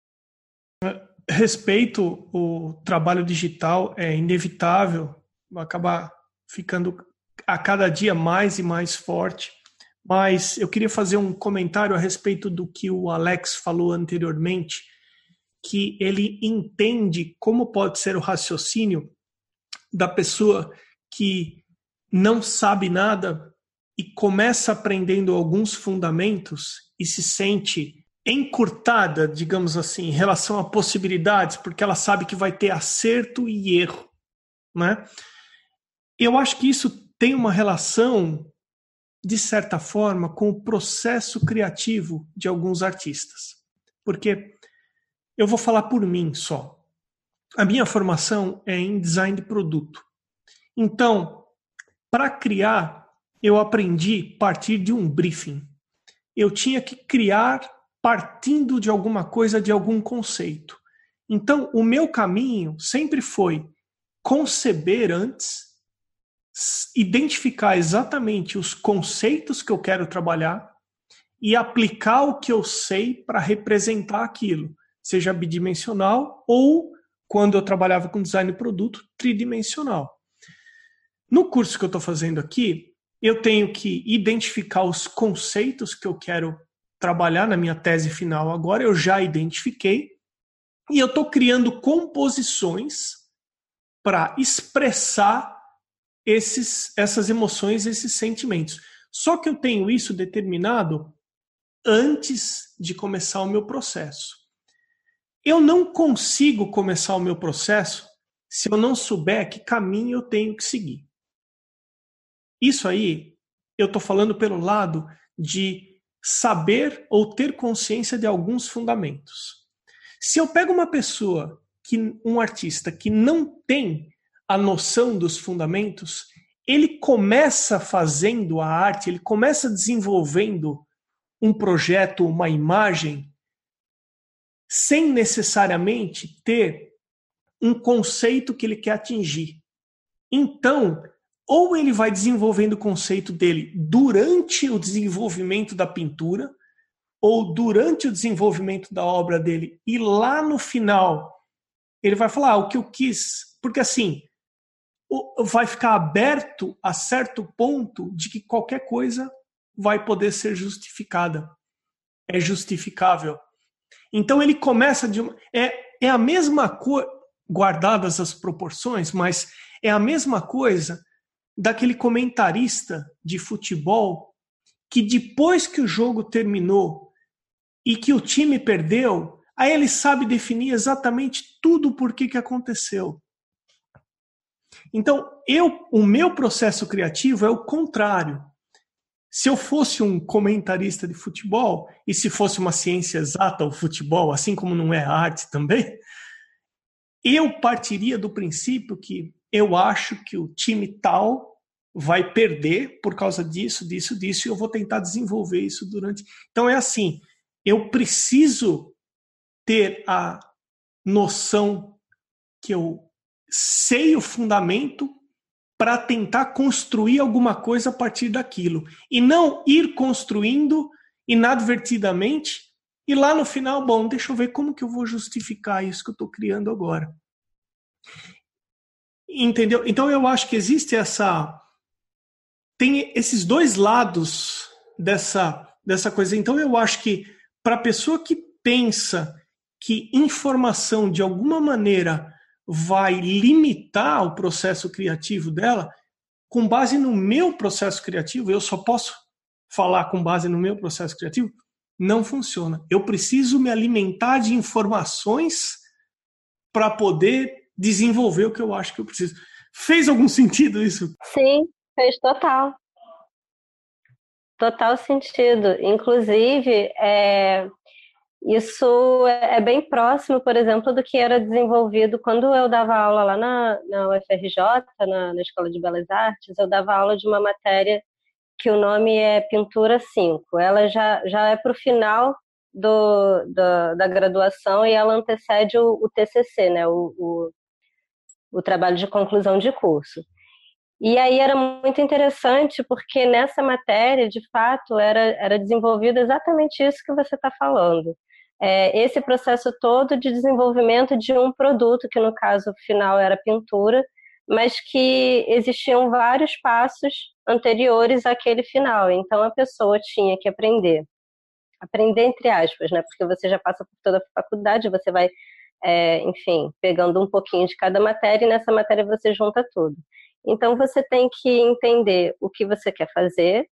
Respeito o trabalho digital, é inevitável, vai acabar ficando a cada dia mais e mais forte. Mas eu queria fazer um comentário a respeito do que o Alex falou anteriormente, que ele entende como pode ser o raciocínio da pessoa que não sabe nada e começa aprendendo alguns fundamentos e se sente encurtada, digamos assim, em relação a possibilidades, porque ela sabe que vai ter acerto e erro, né? Eu acho que isso tem uma relação, de certa forma, com o processo criativo de alguns artistas. Porque eu vou falar por mim só. A minha formação é em design de produto. Então, para criar, eu aprendi a partir de um briefing. Eu tinha que criar partindo de alguma coisa, de algum conceito. Então, o meu caminho sempre foi conceber antes, identificar exatamente os conceitos que eu quero trabalhar e aplicar o que eu sei para representar aquilo, seja bidimensional ou, quando eu trabalhava com design de produto, tridimensional. No curso que eu estou fazendo aqui, eu tenho que identificar os conceitos que eu quero trabalhar na minha tese final agora, eu já identifiquei, e eu estou criando composições para expressar esses, essas emoções, esses sentimentos. Só que eu tenho isso determinado antes de começar o meu processo. eu não consigo começar o meu processo se eu não souber que caminho eu tenho que seguir. Isso aí, eu estou falando pelo lado de saber ou ter consciência de alguns fundamentos. Se eu pego uma pessoa, que, um artista que não tem a noção dos fundamentos, ele começa fazendo a arte, ele começa desenvolvendo um projeto, uma imagem, sem necessariamente ter um conceito que ele quer atingir. Então, ou ele vai desenvolvendo o conceito dele durante o desenvolvimento da pintura, ou durante o desenvolvimento da obra dele, e lá no final ele vai falar ah, o que eu quis, porque assim, vai ficar aberto a certo ponto de que qualquer coisa vai poder ser justificada. É justificável. Então ele começa de uma... É, é a mesma coisa, guardadas as proporções, mas é a mesma coisa daquele comentarista de futebol que depois que o jogo terminou e que o time perdeu, aí ele sabe definir exatamente tudo por que que aconteceu. Então, eu, o meu processo criativo é o contrário. Se eu fosse um comentarista de futebol, e se fosse uma ciência exata o futebol, assim como não é arte também, eu partiria do princípio que eu acho que o time tal vai perder por causa disso, disso, disso, e eu vou tentar desenvolver isso durante... Então é assim, eu preciso ter a noção que eu sei o fundamento para tentar construir alguma coisa a partir daquilo. E não ir construindo inadvertidamente e lá no final, bom, deixa eu ver como que eu vou justificar isso que eu estou criando agora. Entendeu? Então eu acho que existe essa... Tem esses dois lados dessa, dessa coisa. Então eu acho que para a pessoa que pensa que informação de alguma maneira vai limitar o processo criativo dela, com base no meu processo criativo, eu só posso falar com base no meu processo criativo, não funciona. Eu preciso me alimentar de informações para poder desenvolver o que eu acho que eu preciso. Fez algum sentido isso? Sim, fez total. Total sentido. Inclusive, é... isso é bem próximo, por exemplo, do que era desenvolvido quando eu dava aula lá na, na U F R J, na, na Escola de Belas Artes. Eu dava aula de uma matéria que o nome é Pintura cinco. Ela já, já é para o final do, do, da graduação e ela antecede o, o T C C, né? o, o, o trabalho de conclusão de curso. E aí era muito interessante porque nessa matéria, de fato, era, era desenvolvido exatamente isso que você está falando. É, esse processo todo de desenvolvimento de um produto, que no caso final era pintura, mas que existiam vários passos anteriores àquele final. Então a pessoa tinha que aprender, aprender entre aspas, né? Porque você já passa por toda a faculdade, você vai, é, enfim, pegando um pouquinho de cada matéria e nessa matéria você junta tudo. Então você tem que entender o que você quer fazer,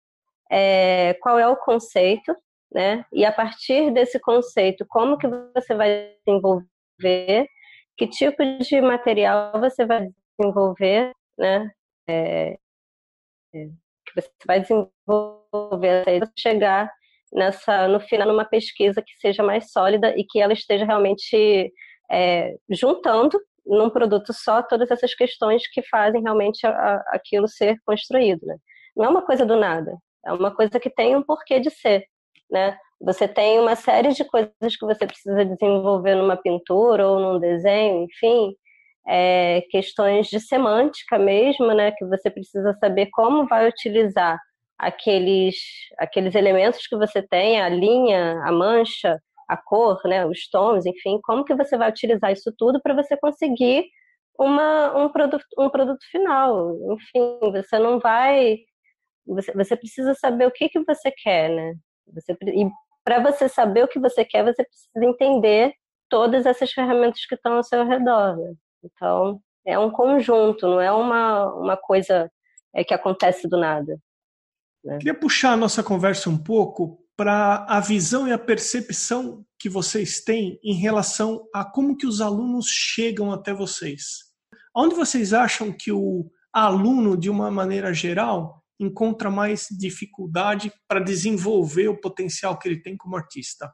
é, qual é o conceito, né? E a partir desse conceito, como que você vai desenvolver, que tipo de material você vai desenvolver, né? É, é, que você vai desenvolver até chegar nessa, no final, numa pesquisa que seja mais sólida e que ela esteja realmente é, juntando num produto só todas essas questões que fazem realmente a, a, aquilo ser construído, né? Não é uma coisa do nada, é uma coisa que tem um porquê de ser, né? Você tem uma série de coisas que você precisa desenvolver numa pintura ou num desenho, enfim, é, questões de semântica mesmo, né? Que você precisa saber como vai utilizar aqueles, aqueles elementos que você tem, a linha, a mancha, a cor, né, os tons, enfim, como que você vai utilizar isso tudo para você conseguir uma, um, produto, um produto final. Enfim, você não vai... Você, você precisa saber o que, que você quer, né? Você, e para você saber o que você quer, você precisa entender todas essas ferramentas que estão ao seu redor, né? Então, é um conjunto, não é uma, uma coisa é, que acontece do nada, né? Queria puxar a nossa conversa um pouco para a visão e a percepção que vocês têm em relação a como que os alunos chegam até vocês. Onde vocês acham que o aluno, de uma maneira geral, encontra mais dificuldade para desenvolver o potencial que ele tem como artista?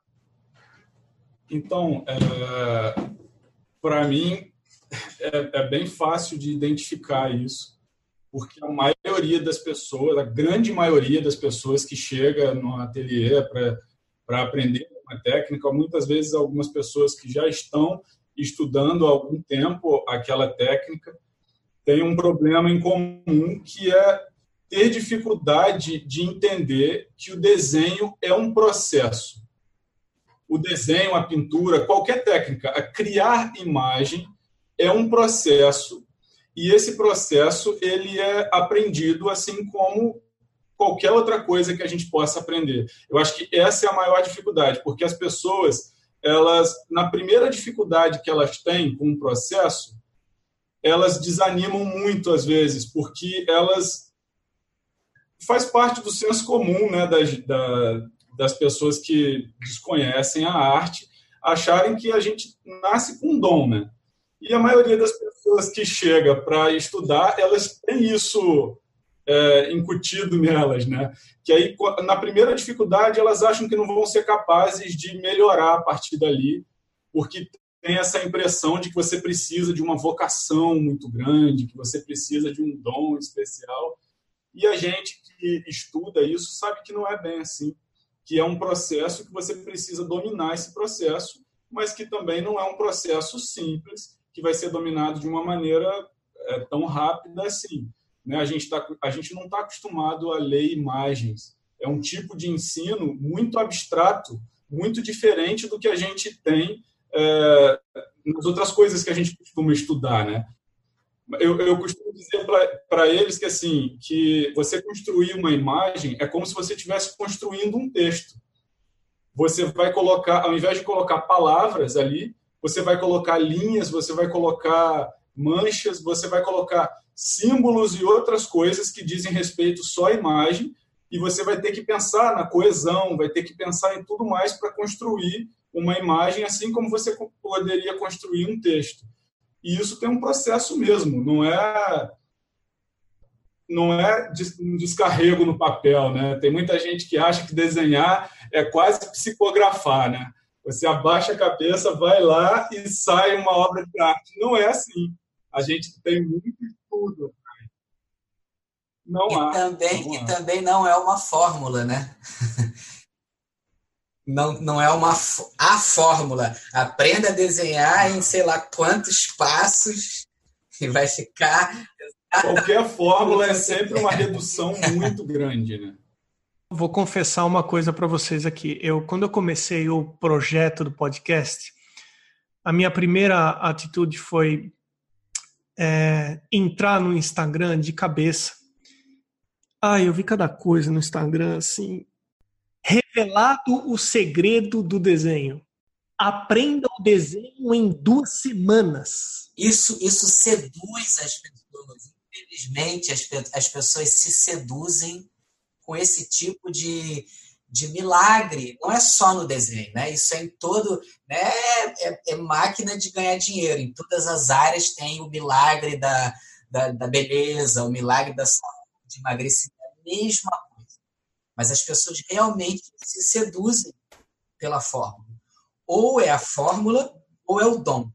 Então, é, para mim, é, é bem fácil de identificar isso, porque a maioria das pessoas, a grande maioria das pessoas que chega no ateliê para aprender uma técnica, muitas vezes algumas pessoas que já estão estudando há algum tempo aquela técnica, têm um problema em comum, que é ter dificuldade de entender que o desenho é um processo. O desenho, a pintura, qualquer técnica, a criar imagem é um processo, e esse processo ele é aprendido assim como qualquer outra coisa que a gente possa aprender. Eu acho que essa é a maior dificuldade, porque as pessoas, elas, na primeira dificuldade que elas têm com o processo, elas desanimam muito às vezes, porque elas faz parte do senso comum, né, das, da, das pessoas que desconhecem a arte, acharem que a gente nasce com um dom, né? E a maioria das pessoas que chega para estudar, elas têm isso é, incutido nelas, né? Que aí, na primeira dificuldade, elas acham que não vão ser capazes de melhorar a partir dali, porque tem essa impressão de que você precisa de uma vocação muito grande, que você precisa de um dom especial. E a gente que estuda isso sabe que não é bem assim, que é um processo que você precisa dominar esse processo, mas que também não é um processo simples, que vai ser dominado de uma maneira é, tão rápida assim. Né? A gente, tá, a gente não está acostumado a ler imagens. É um tipo de ensino muito abstrato, muito diferente do que a gente tem é, nas outras coisas que a gente costuma estudar, né? Eu, eu costumo dizer para eles que, assim, que você construir uma imagem é como se você estivesse construindo um texto. Você vai colocar, ao invés de colocar palavras ali, você vai colocar linhas, você vai colocar manchas, você vai colocar símbolos e outras coisas que dizem respeito só à imagem, e você vai ter que pensar na coesão, vai ter que pensar em tudo mais para construir uma imagem, assim como você poderia construir um texto. E isso tem um processo mesmo, não é, não é um descarrego no papel, né? Tem muita gente que acha que desenhar é quase psicografar, né? Você abaixa a cabeça, vai lá e sai uma obra de arte. Não é assim. A gente tem muito estudo. Não e há. Também, não e há. também não é uma fórmula, né? Não, não é uma a fórmula. Aprenda a desenhar em sei lá quantos passos e vai ficar... Qualquer fórmula é sempre uma redução muito grande, né? Vou confessar uma coisa para vocês aqui. Eu, quando eu comecei o projeto do podcast, a minha primeira atitude foi é, entrar no Instagram de cabeça. Ah, eu vi cada coisa no Instagram, assim... Revelado o segredo do desenho. Aprenda o desenho em duas semanas. Isso, isso seduz as pessoas. Infelizmente, as, as pessoas se seduzem com esse tipo de, de milagre. Não é só no desenho, né? Isso é em todo... Né? É, é máquina de ganhar dinheiro. Em todas as áreas tem o milagre da, da, da beleza, o milagre da saúde, de emagrecimento, a mesma coisa. Mas as pessoas realmente se seduzem pela fórmula. Ou é a fórmula, ou é o dom.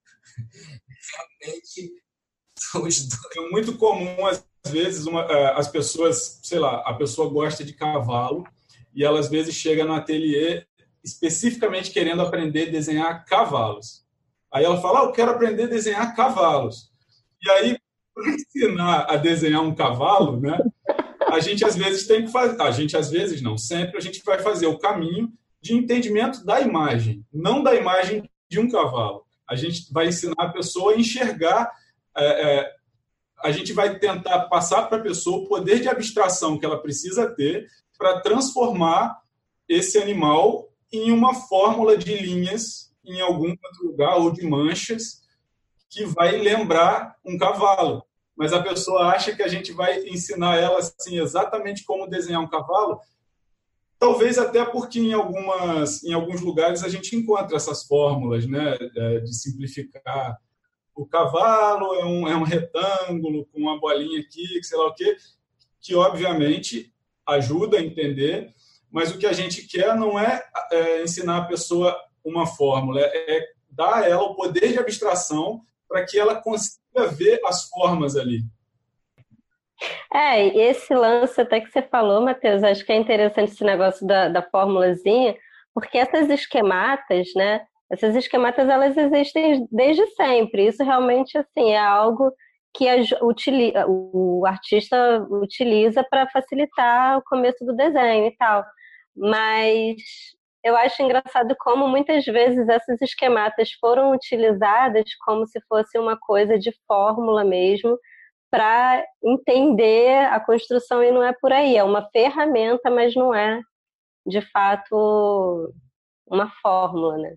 Realmente, são os dois. É muito comum, às vezes, uma, as pessoas, sei lá, a pessoa gosta de cavalo e ela, às vezes, chega no ateliê especificamente querendo aprender a desenhar cavalos. Aí ela fala, ah, eu quero aprender a desenhar cavalos. E aí, para ensinar a desenhar um cavalo, né? A gente, às vezes, tem que fazer... A gente, às vezes, não. Sempre a gente vai fazer o caminho de entendimento da imagem, não da imagem de um cavalo. A gente vai ensinar a pessoa a enxergar... É, é, a gente vai tentar passar para a pessoa o poder de abstração que ela precisa ter para transformar esse animal em uma fórmula de linhas em algum outro lugar, ou de manchas, que vai lembrar um cavalo. Mas a pessoa acha que a gente vai ensinar ela assim, exatamente como desenhar um cavalo. Talvez até porque em, algumas, em alguns lugares a gente encontra essas fórmulas, né, de simplificar. O cavalo é um, é um retângulo com uma bolinha aqui, que sei lá o quê, que obviamente ajuda a entender, mas o que a gente quer não é, é ensinar a pessoa uma fórmula, é, é dar a ela o poder de abstração para que ela consiga ver as formas ali. É, esse lance até que você falou, Matheus, acho que é interessante esse negócio da, da formulazinha, porque essas esquematas, né, essas esquematas, elas existem desde sempre, isso realmente, assim, é algo que a, utiliza, o artista utiliza para facilitar o começo do desenho e tal, mas eu acho engraçado como muitas vezes essas esquematas foram utilizadas como se fosse uma coisa de fórmula mesmo, para entender a construção, e não é por aí, é uma ferramenta, mas não é, de fato, uma fórmula, né?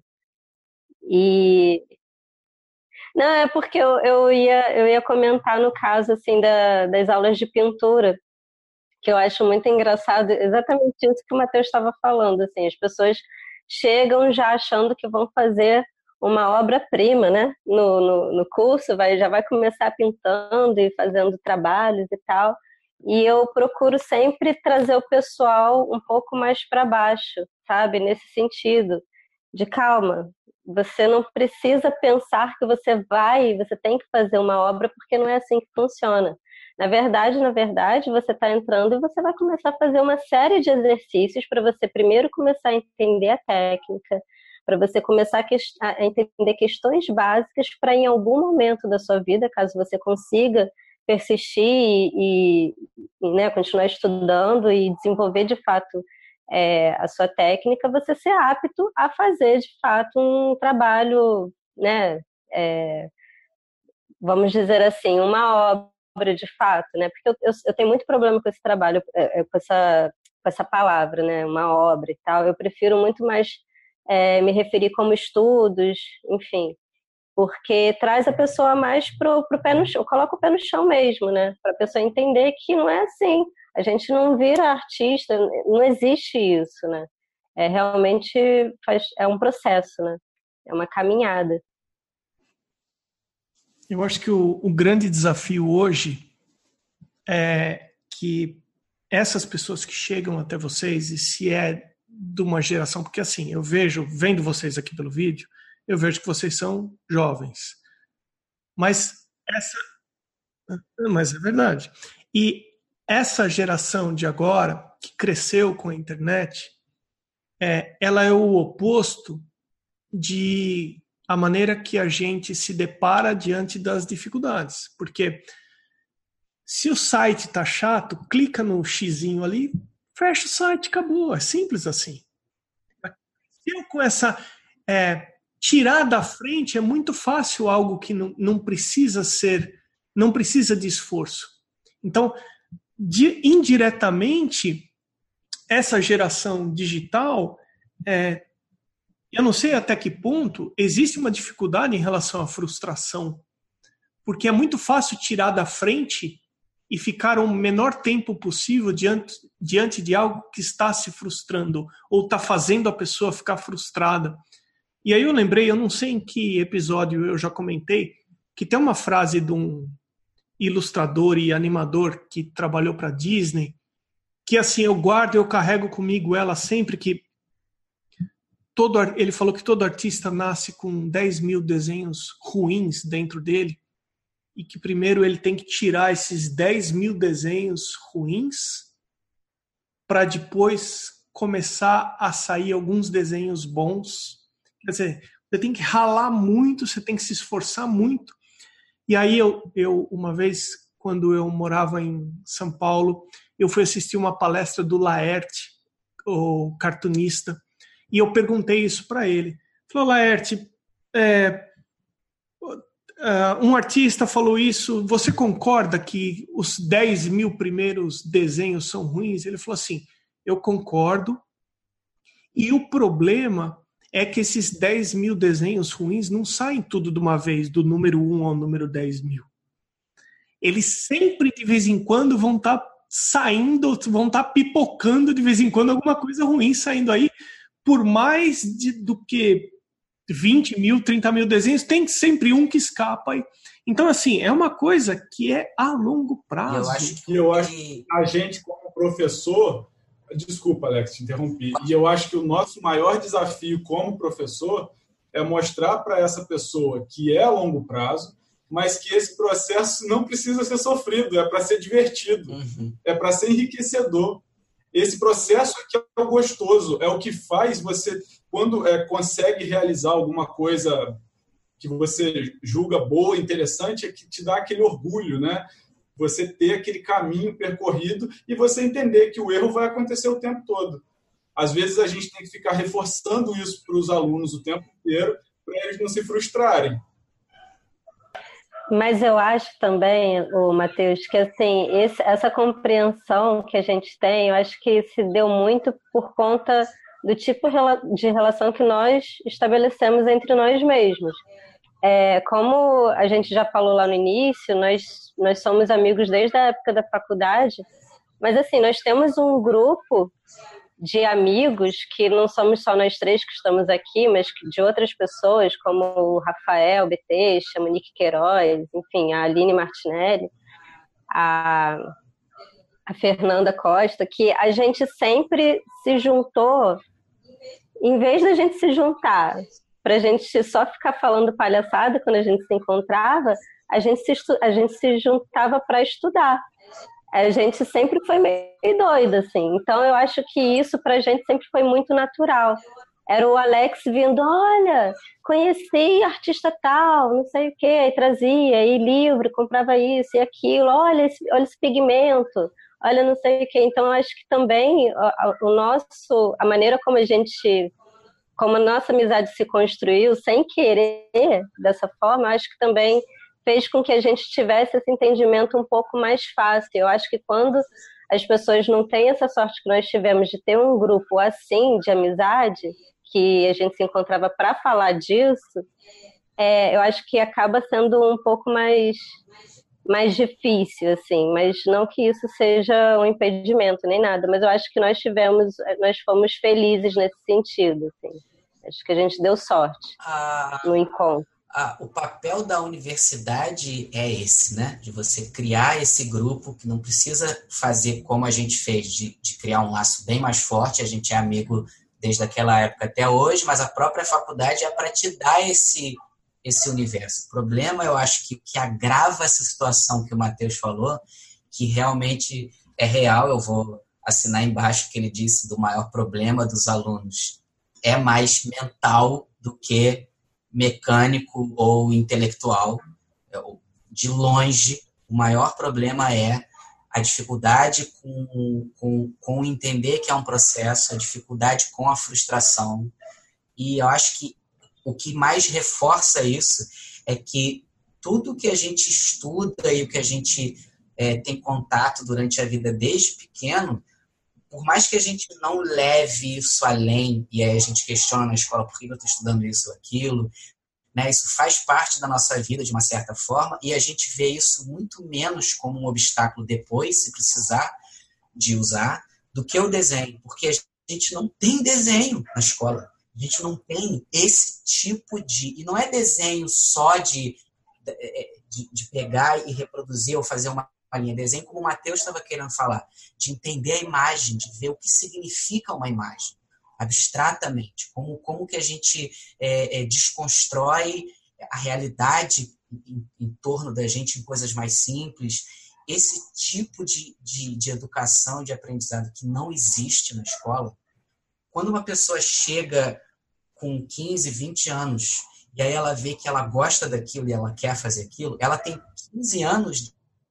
E... Não, é porque eu, eu, ia, eu ia comentar no caso, assim, da, das aulas de pintura, que eu acho muito engraçado, exatamente isso que o Matheus estava falando, assim, as pessoas chegam já achando que vão fazer uma obra-prima, né? No, no, no curso, vai, já vai começar pintando e fazendo trabalhos e tal. E eu procuro sempre trazer o pessoal um pouco mais para baixo, sabe? Nesse sentido, de calma. Você não precisa pensar que você vai, você tem que fazer uma obra, porque não é assim que funciona. Na verdade, na verdade, você está entrando e você vai começar a fazer uma série de exercícios para você primeiro começar a entender a técnica, para você começar a entender questões básicas para, em algum momento da sua vida, caso você consiga persistir e, e né, continuar estudando e desenvolver, de fato, é, a sua técnica, você ser apto a fazer, de fato, um trabalho, né, é, vamos dizer assim, uma obra de fato, né? Porque eu, eu, eu tenho muito problema com esse trabalho, com essa, com essa palavra, né? Uma obra e tal. Eu prefiro muito mais É, me referir como estudos, enfim, porque traz a pessoa mais pro, pro pé no chão, coloca o pé no chão mesmo, né? Para a pessoa entender que não é assim. A gente não vira artista, não existe isso, né? É realmente faz, é um processo, né? É uma caminhada. Eu acho que o, o grande desafio hoje é que essas pessoas que chegam até vocês, e se é de uma geração, porque assim, eu vejo, vendo vocês aqui pelo vídeo, eu vejo que vocês são jovens. Mas essa... Mas é verdade. E essa geração de agora, que cresceu com a internet, é, ela é o oposto de a maneira que a gente se depara diante das dificuldades. Porque se o site tá chato, clica no xizinho ali, fecha o site, acabou. É simples assim. Eu, com essa... É, tirar da frente é muito fácil algo que não, não precisa ser... Não precisa de esforço. Então, de, indiretamente, essa geração digital... É, eu não sei até que ponto existe uma dificuldade em relação à frustração. Porque é muito fácil tirar da frente... e ficar o menor tempo possível diante, diante de algo que está se frustrando ou está fazendo a pessoa ficar frustrada. E aí eu lembrei, eu não sei em que episódio eu já comentei, que tem uma frase de um ilustrador e animador que trabalhou para a Disney, que assim, eu guardo, eu carrego comigo ela sempre, que todo, ele falou que todo artista nasce com dez mil desenhos ruins dentro dele, e que primeiro ele tem que tirar esses dez mil desenhos ruins para depois começar a sair alguns desenhos bons. Quer dizer, você tem que ralar muito, você tem que se esforçar muito. E aí eu, eu uma vez, quando eu morava em São Paulo, eu fui assistir uma palestra do Laerte, o cartunista, e eu perguntei isso para ele. Falei, Laerte, é... Uh, um artista falou isso, você concorda que os dez mil primeiros desenhos são ruins? Ele falou assim, eu concordo, e o problema é que esses dez mil desenhos ruins não saem tudo de uma vez, do número um ao número dez mil. Eles sempre, de vez em quando, vão estar saindo, vão estar pipocando de vez em quando alguma coisa ruim saindo aí, por mais de, do que vinte mil, trinta mil desenhos, tem sempre um que escapa aí. Então, assim, é uma coisa que é a longo prazo. Eu acho que, eu acho que a gente, como professor... Desculpa, Alex, te interrompi. E eu acho que o nosso maior desafio como professor é mostrar para essa pessoa que é a longo prazo, mas que esse processo não precisa ser sofrido, é para ser divertido, uhum. é para ser enriquecedor. Esse processo é que é o gostoso, é o que faz você, quando é, consegue realizar alguma coisa que você julga boa, interessante, é que te dá aquele orgulho, né? Você ter aquele caminho percorrido e você entender que o erro vai acontecer o tempo todo. Às vezes a gente tem que ficar reforçando isso para os alunos o tempo inteiro para eles não se frustrarem. Mas eu acho também, o Matheus, que assim, esse, essa compreensão que a gente tem, eu acho que se deu muito por conta do tipo de relação que nós estabelecemos entre nós mesmos. É, como a gente já falou lá no início, nós, nós somos amigos desde a época da faculdade, mas assim, nós temos um grupo de amigos que não somos só nós três que estamos aqui, mas de outras pessoas, como o Rafael Beteixa, a Monique Queiroz, enfim, a Aline Martinelli, a, a Fernanda Costa, que a gente sempre se juntou, em vez da gente se juntar para a gente só ficar falando palhaçada quando a gente se encontrava, a gente se, a gente se juntava para estudar. A gente sempre foi meio doida, assim. Então, eu acho que isso para a gente sempre foi muito natural. Era o Alex vindo, olha, conheci artista tal, não sei o quê, aí trazia, aí livro, comprava isso e aquilo, olha esse, olha esse pigmento, olha não sei o quê. Então, eu acho que também o nosso, a maneira como a gente... como a nossa amizade se construiu sem querer dessa forma, acho que também fez com que a gente tivesse esse entendimento um pouco mais fácil. Eu acho que quando as pessoas não têm essa sorte que nós tivemos de ter um grupo assim, de amizade, que a gente se encontrava para falar disso, é, eu acho que acaba sendo um pouco mais, mais difícil, assim, mas não que isso seja um impedimento nem nada, mas eu acho que nós tivemos, nós fomos felizes nesse sentido, assim. Acho que a gente deu sorte ah, no encontro. Ah, o papel da universidade é esse, né? De você criar esse grupo que não precisa fazer como a gente fez, de, de criar um laço bem mais forte. A gente é amigo desde aquela época até hoje, mas a própria faculdade é para te dar esse, esse universo. O problema, eu acho que, que agrava essa situação que o Matheus falou, que realmente é real. Eu vou assinar embaixo o que ele disse do maior problema dos alunos. É mais mental do que mecânico ou intelectual. De longe, o maior problema é a dificuldade com, com, com entender que é um processo, a dificuldade com a frustração. E eu acho que o que mais reforça isso é que tudo que a gente estuda e o que a gente é, tem contato durante a vida desde pequeno, por mais que a gente não leve isso além, e aí a gente questiona na escola por que eu estou estudando isso ou aquilo, né? Isso faz parte da nossa vida de uma certa forma, e a gente vê isso muito menos como um obstáculo depois, se precisar de usar, do que o desenho, porque a gente não tem desenho na escola. A gente não tem esse tipo de... E não é desenho só de, de, de pegar e reproduzir ou fazer uma linha de desenho, como o Matheus estava querendo falar, de entender a imagem, de ver o que significa uma imagem, abstratamente, como, como que a gente é, é, desconstrói a realidade em, em torno da gente em coisas mais simples. Esse tipo de, de, de educação, de aprendizado que não existe na escola. Quando uma pessoa chega com quinze, vinte anos e aí ela vê que ela gosta daquilo e ela quer fazer aquilo, ela tem quinze anos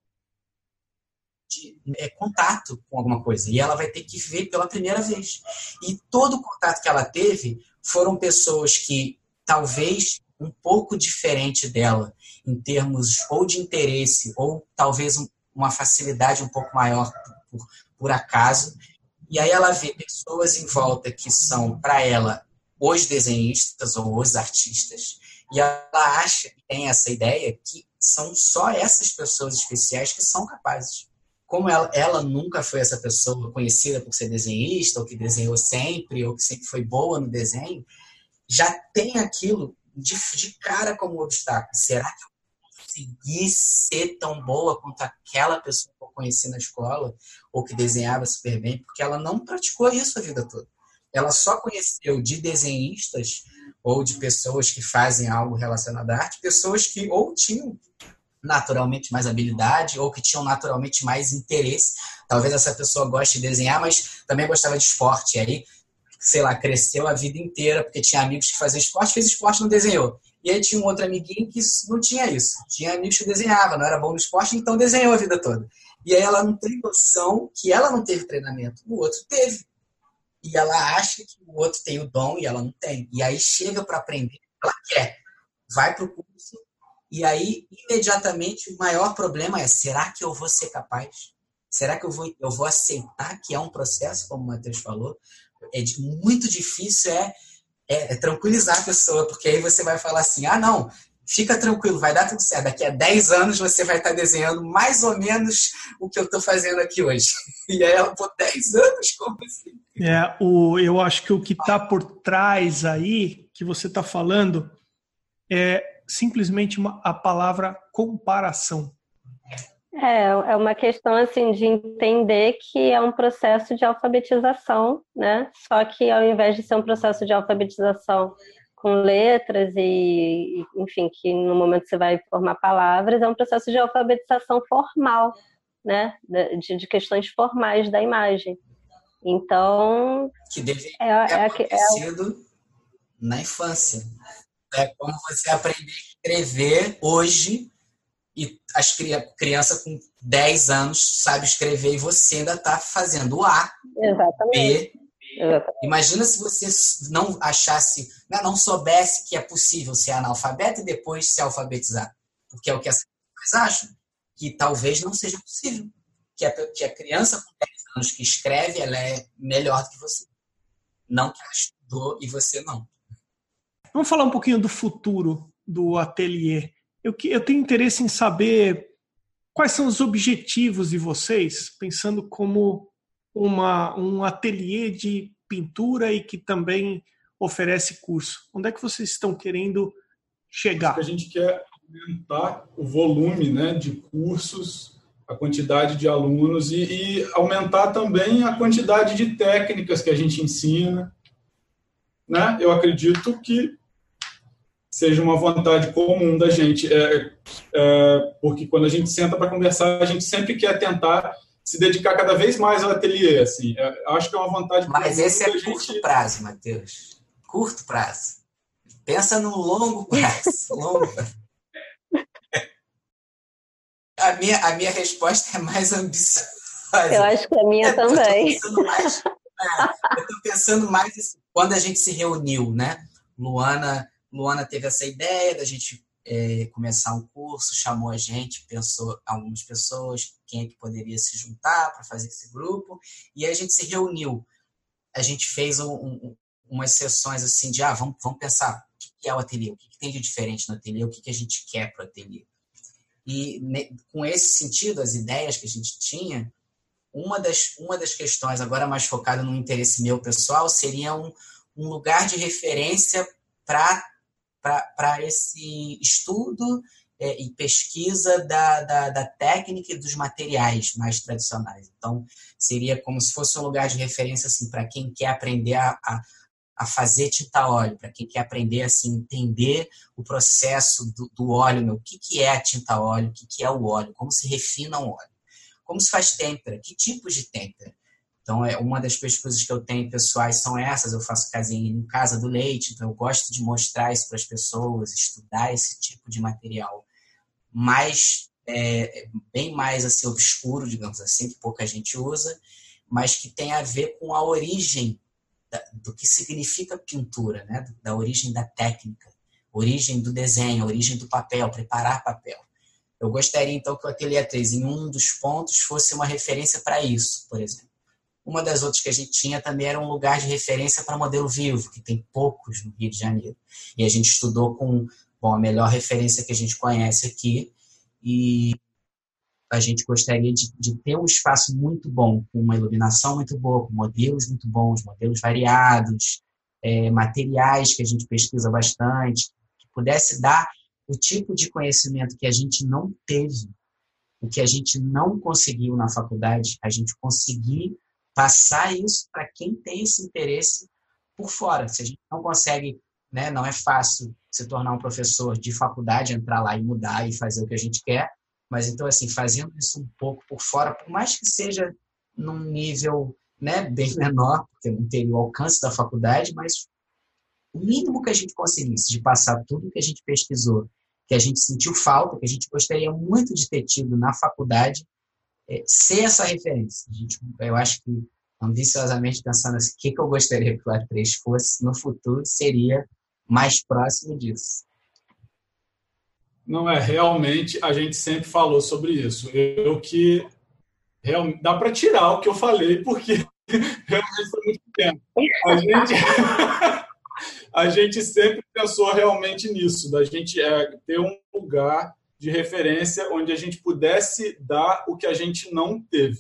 de é, contato com alguma coisa e ela vai ter que ver pela primeira vez. E todo o contato que ela teve foram pessoas que talvez um pouco diferente dela em termos ou de interesse ou talvez um, uma facilidade um pouco maior por, por acaso. E aí ela vê pessoas em volta que são, para ela, os desenhistas ou os artistas, e ela acha, tem essa ideia, que são só essas pessoas especiais que são capazes. como ela, ela nunca foi essa pessoa conhecida por ser desenhista, ou que desenhou sempre, ou que sempre foi boa no desenho, já tem aquilo de, de cara como obstáculo. Será que eu consegui ser tão boa quanto aquela pessoa que eu conheci na escola, ou que desenhava super bem? Porque ela não praticou isso a vida toda. Ela só conheceu de desenhistas ou de pessoas que fazem algo relacionado à arte, pessoas que ou tinham naturalmente mais habilidade ou que tinham naturalmente mais interesse. Talvez essa pessoa goste de desenhar, mas também gostava de esporte. E aí, sei lá, cresceu a vida inteira porque tinha amigos que faziam esporte, fez esporte e não desenhou. E aí tinha um outro amiguinho que não tinha isso. Tinha amigos que desenhava, não era bom no esporte, então desenhou a vida toda. E aí ela não tem noção que ela não teve treinamento, o outro teve. E ela acha que o outro tem o dom e ela não tem. E aí chega para aprender, ela quer. Vai para o curso e aí, imediatamente, o maior problema é, será que eu vou ser capaz? Será que eu vou, eu vou aceitar que é um processo, como o Matheus falou? É de, muito difícil é, é, é tranquilizar a pessoa, porque aí você vai falar assim, ah, não, fica tranquilo, vai dar tudo certo. Daqui a dez anos você vai estar desenhando mais ou menos o que eu estou fazendo aqui hoje. E aí ela, pô, dez anos? Como assim? É, o, eu acho que o que está por trás aí, que você está falando, é simplesmente uma, a palavra comparação. É, é uma questão assim de entender que é um processo de alfabetização, né? Só que ao invés de ser um processo de alfabetização com letras e, enfim, que no momento você vai formar palavras, é um processo de alfabetização formal, né? De, de questões formais da imagem. Então, que deveria é, ter é, acontecido é, na infância. É como você aprender a escrever hoje e as criança com dez anos sabe escrever e você ainda está fazendo o A, exatamente. B. Exatamente. Imagina se você não achasse, não soubesse que é possível ser analfabeto e depois se alfabetizar. Porque é o que as pessoas acham, que talvez não seja possível. Que a, que a criança com dez anos que escreve, ela é melhor do que você. Não que ela estudou e você não. Vamos falar um pouquinho do futuro do ateliê. Eu, eu tenho interesse em saber quais são os objetivos de vocês, pensando como uma, um ateliê de pintura e que também oferece curso. Onde é que vocês estão querendo chegar? A gente quer aumentar o volume, né, de cursos, a quantidade de alunos e, e aumentar também a quantidade de técnicas que a gente ensina. Né? Eu acredito que seja uma vontade comum da gente, é, é, porque quando a gente senta para conversar, a gente sempre quer tentar se dedicar cada vez mais ao ateliê. Assim. É, acho que é uma vontade comum. Mas esse é da curto gente... prazo, Matheus. Curto prazo. Pensa no longo prazo. longo prazo. A minha, a minha resposta é mais ambiciosa. Eu acho que a minha é, também. Eu estou mais, é, pensando mais assim, quando a gente se reuniu, né? Luana, Luana teve essa ideia da gente é, começar um curso, chamou a gente, pensou algumas pessoas, quem é que poderia se juntar para fazer esse grupo, e aí a gente se reuniu. A gente fez um, um, umas sessões assim de, ah, vamos, vamos pensar o que é o ateliê, o que tem de diferente no ateliê, o que a gente quer para o ateliê. E com esse sentido, as ideias que a gente tinha, uma das, uma das questões, agora mais focada no interesse meu pessoal, seria um, um lugar de referência para esse estudo é, e pesquisa da, da, da técnica e dos materiais mais tradicionais. Então, seria como se fosse um lugar de referência assim, para quem quer aprender a, a a fazer tinta óleo, para quem quer aprender assim, entender o processo do, do óleo, meu, o que, que é a tinta óleo, o que, que é o óleo, como se refina um óleo, como se faz têmpera, que tipos de têmpera. Então, é, uma das pesquisas que eu tenho pessoais são essas, eu faço casinha em Casa do Leite, então eu gosto de mostrar isso para as pessoas, estudar esse tipo de material mais, é, bem mais assim, obscuro, digamos assim, que pouca gente usa, mas que tem a ver com a origem do que significa pintura, né? Da origem da técnica, origem do desenho, origem do papel, preparar papel. Eu gostaria, então, que o Ateliê três, em um dos pontos, fosse uma referência para isso, por exemplo. Uma das outras que a gente tinha também era um lugar de referência para modelo vivo, que tem poucos no Rio de Janeiro. E a gente estudou com, bom, a melhor referência que a gente conhece aqui, e a gente gostaria de, de ter um espaço muito bom, com uma iluminação muito boa, com modelos muito bons, modelos variados, é, materiais que a gente pesquisa bastante, que pudesse dar o tipo de conhecimento que a gente não teve, o que a gente não conseguiu na faculdade, a gente conseguir passar isso para quem tem esse interesse por fora. Se a gente não consegue, né, não é fácil se tornar um professor de faculdade, entrar lá e mudar e fazer o que a gente quer, mas então, assim, fazendo isso um pouco por fora, por mais que seja num nível, né, bem menor, porque não teria o alcance da faculdade, mas o mínimo que a gente conseguisse de passar tudo que a gente pesquisou, que a gente sentiu falta, que a gente gostaria muito de ter tido na faculdade, é, ser essa referência. A gente, eu acho que, ambiciosamente pensando assim, o que, que eu gostaria que o A três fosse no futuro, seria mais próximo disso. Não é, realmente, a gente sempre falou sobre isso. Eu que... Realmente, dá para tirar o que eu falei, porque realmente foi muito tempo. A gente... a gente sempre pensou realmente nisso, da gente é, ter um lugar de referência onde a gente pudesse dar o que a gente não teve.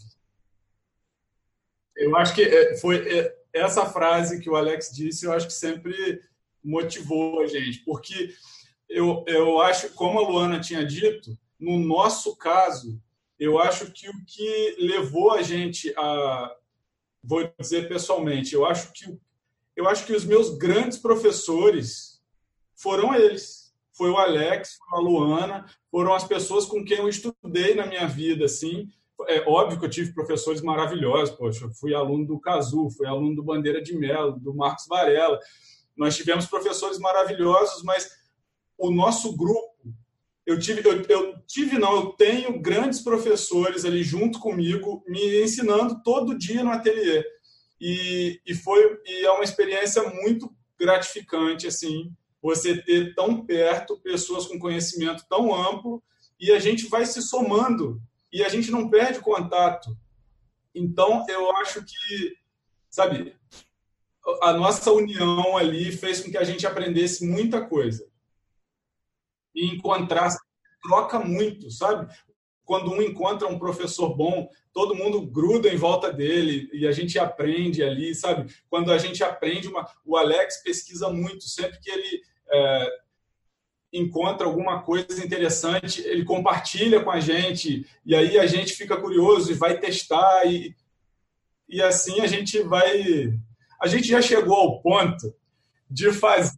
Eu acho que foi essa frase que o Alex disse, eu acho que sempre motivou a gente, porque eu, eu acho, como a Luana tinha dito, no nosso caso, eu acho que o que levou a gente a, vou dizer pessoalmente, eu acho que eu acho que os meus grandes professores foram eles. Foi o Alex, foi a Luana, foram as pessoas com quem eu estudei na minha vida, assim. É óbvio que eu tive professores maravilhosos, poxa, eu fui aluno do Cazu, fui aluno do Bandeira de Mello, do Marcos Varela. Nós tivemos professores maravilhosos, mas o nosso grupo, eu tive, eu, eu tive não, eu tenho grandes professores ali junto comigo, me ensinando todo dia no ateliê. E, e, foi, e é uma experiência muito gratificante, assim, você ter tão perto pessoas com conhecimento tão amplo e a gente vai se somando e a gente não perde contato. Então, eu acho que, sabe, a nossa união ali fez com que a gente aprendesse muita coisa. E encontrar, troca muito, sabe? Quando um encontra um professor bom, todo mundo gruda em volta dele e a gente aprende ali, sabe? Quando a gente aprende, uma... o Alex pesquisa muito, sempre que ele é, encontra alguma coisa interessante, ele compartilha com a gente e aí a gente fica curioso e vai testar e, e assim a gente vai... A gente já chegou ao ponto de fazer...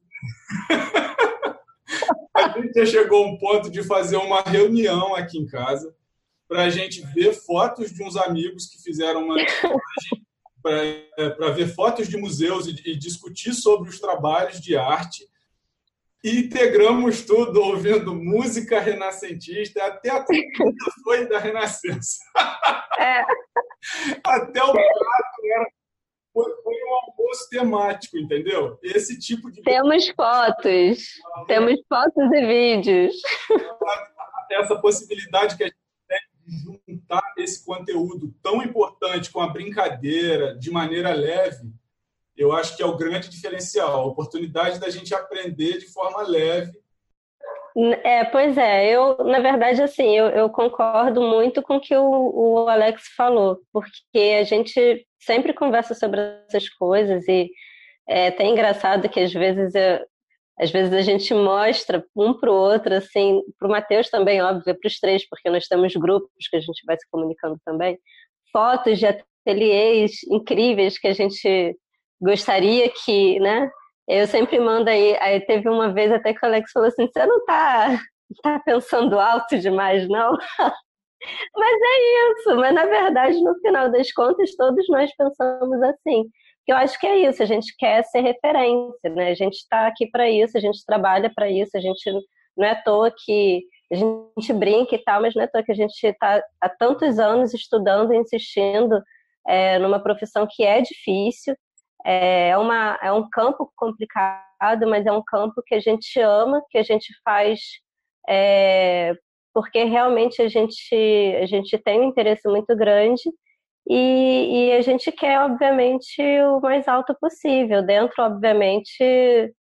A gente já chegou a um ponto de fazer uma reunião aqui em casa para a gente ver fotos de uns amigos que fizeram uma para ver fotos de museus e, e discutir sobre os trabalhos de arte. E integramos tudo ouvindo música renascentista, até a comida foi da Renascença. É. Até o prato era... Foi, foi um almoço temático, entendeu? Esse tipo de... Temos fotos. Temos fotos e vídeos. Essa possibilidade que a gente tem de juntar esse conteúdo tão importante com a brincadeira, de maneira leve, eu acho que é o grande diferencial. A oportunidade da gente aprender de forma leve. É, pois é, eu, na verdade, assim, eu, eu concordo muito com o que o, o Alex falou, porque a gente sempre conversa sobre essas coisas e é até engraçado que às vezes, eu, às vezes a gente mostra um para o outro, assim, para o Matheus também, óbvio, para os três, porque nós temos grupos que a gente vai se comunicando também, fotos de ateliês incríveis que a gente gostaria que, né? Eu sempre mando aí, aí teve uma vez até que o Alex falou assim, você não tá, tá pensando alto demais, não? Mas é isso, mas na verdade, no final das contas, todos nós pensamos assim. Eu acho que é isso, a gente quer ser referência, né? A gente está aqui para isso, a gente trabalha para isso, a gente não é à toa que a gente brinca e tal, mas não é à toa que a gente está há tantos anos estudando e insistindo é, numa profissão que é difícil. É, uma, é um campo complicado, mas é um campo que a gente ama, que a gente faz é, porque realmente a gente, a gente tem um interesse muito grande e, e a gente quer, obviamente, o mais alto possível, dentro, obviamente,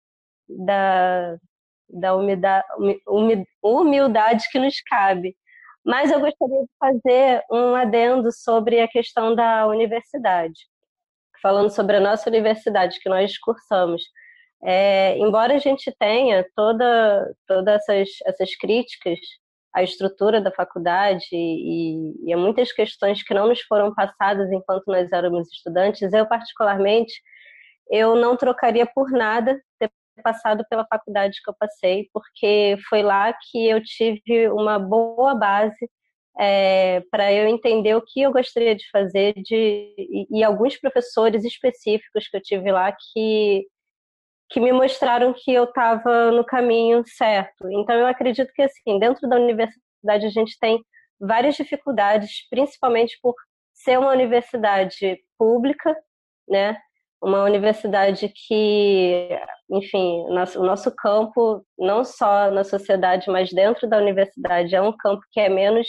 da, da humildade, humildade que nos cabe. Mas eu gostaria de fazer um adendo sobre a questão da universidade, falando sobre a nossa universidade que nós cursamos. É, embora a gente tenha toda, todas essas, essas críticas à estrutura da faculdade e, e a muitas questões que não nos foram passadas enquanto nós éramos estudantes, eu particularmente, eu não trocaria por nada ter passado pela faculdade que eu passei, porque foi lá que eu tive uma boa base é, para eu entender o que eu gostaria de fazer de, e, e alguns professores específicos que eu tive lá que que me mostraram que eu estava no caminho certo. Então, eu acredito que, assim, dentro da universidade a gente tem várias dificuldades, principalmente por ser uma universidade pública, né? Uma universidade que, enfim, nosso, o nosso campo, não só na sociedade, mas dentro da universidade, é um campo que é menos,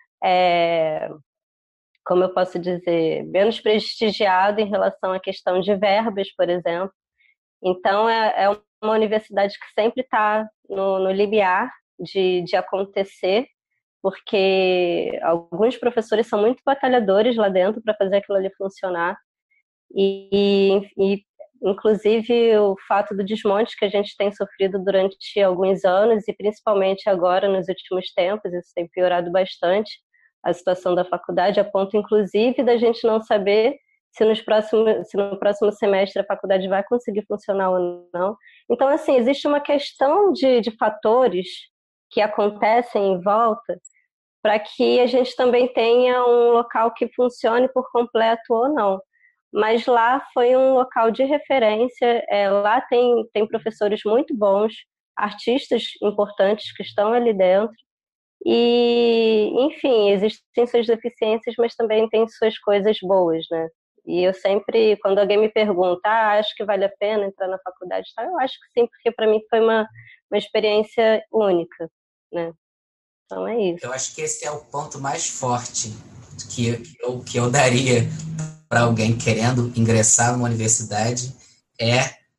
é, como eu posso dizer, menos prestigiado em relação à questão de verbas, por exemplo. Então, é, é uma universidade que sempre está no, no limiar de, de acontecer, porque alguns professores são muito batalhadores lá dentro para fazer aquilo ali funcionar. E, e, inclusive, o fato do desmonte que a gente tem sofrido durante alguns anos, e principalmente agora, nos últimos tempos, isso tem piorado bastante a situação da faculdade, a ponto, inclusive, da gente não saber se, nos próximos, se no próximo semestre a faculdade vai conseguir funcionar ou não. Então, assim, existe uma questão de, de fatores que acontecem em volta para que a gente também tenha um local que funcione por completo ou não. Mas lá foi um local de referência, é, lá tem, tem professores muito bons, artistas importantes que estão ali dentro, e, enfim, existem suas deficiências, mas também tem suas coisas boas, né? E eu sempre, quando alguém me pergunta, ah, acho que vale a pena entrar na faculdade, tá? Eu acho que sim, porque para mim foi uma, uma experiência única, né? Então é isso. Eu acho que esse é o ponto mais forte que eu, que eu daria para alguém querendo ingressar numa universidade, é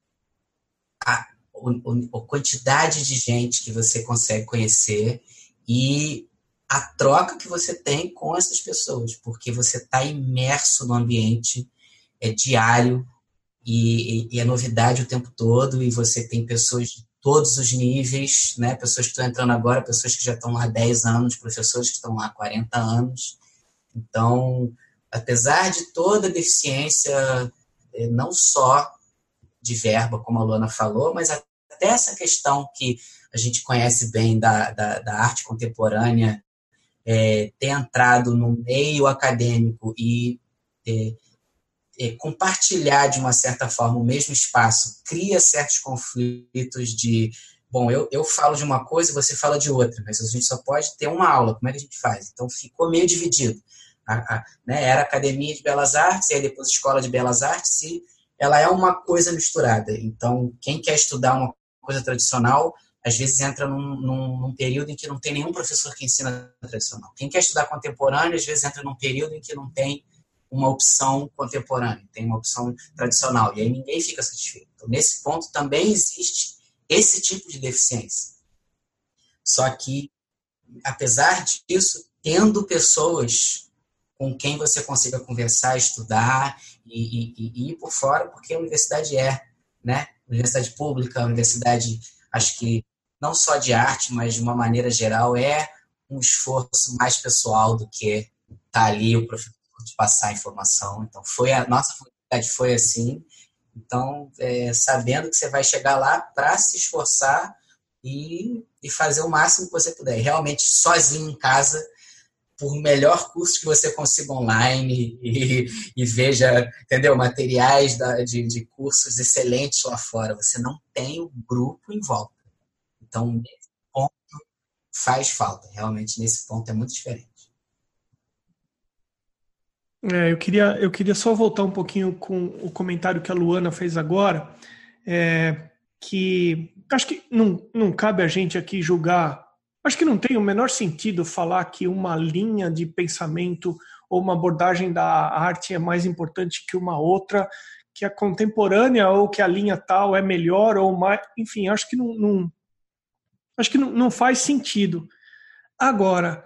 a, a, a quantidade de gente que você consegue conhecer e a troca que você tem com essas pessoas, porque você está imerso no ambiente é, diário e, e, e é novidade o tempo todo, e você tem pessoas de todos os níveis, né? Pessoas que estão entrando agora, pessoas que já estão lá há dez anos, professores que estão lá há quarenta anos. Então, apesar de toda a deficiência, não só de verba, como a Luana falou, mas até essa questão que a gente conhece bem da, da, da arte contemporânea, é, ter entrado no meio acadêmico e é, é, compartilhar de uma certa forma o mesmo espaço, cria certos conflitos de, bom, eu, eu falo de uma coisa e você fala de outra, mas a gente só pode ter uma aula, como é que a gente faz? Então ficou meio dividido. A, a, né, era Academia de Belas Artes, e aí depois Escola de Belas Artes, e ela é uma coisa misturada. Então, quem quer estudar uma coisa tradicional, às vezes entra num, num, num período em que não tem nenhum professor que ensina tradicional. Quem quer estudar contemporâneo, às vezes entra num período em que não tem uma opção contemporânea, tem uma opção tradicional, e aí ninguém fica satisfeito. Então, nesse ponto, também existe esse tipo de deficiência. Só que, apesar disso, tendo pessoas com quem você consiga conversar, estudar e, e, e ir por fora, porque a universidade é, né? Universidade pública, universidade, acho que não só de arte, mas de uma maneira geral, é um esforço mais pessoal do que estar tá ali o professor de passar a informação. Então, foi a nossa faculdade foi assim. Então, é, sabendo que você vai chegar lá para se esforçar e, e fazer o máximo que você puder. Realmente, sozinho em casa, por melhor curso que você consiga online e, e veja, entendeu, materiais da, de, de cursos excelentes lá fora. Você não tem o grupo em volta. Então, nesse ponto, faz falta. Realmente, nesse ponto, é muito diferente. É, eu queria, eu queria só voltar um pouquinho com o comentário que a Luana fez agora, é, que acho que não, não cabe a gente aqui julgar. Acho que não tem o menor sentido falar que uma linha de pensamento ou uma abordagem da arte é mais importante que uma outra, que a contemporânea ou que a linha tal é melhor ou mais... Enfim, acho que não, não, acho que não, não faz sentido. Agora,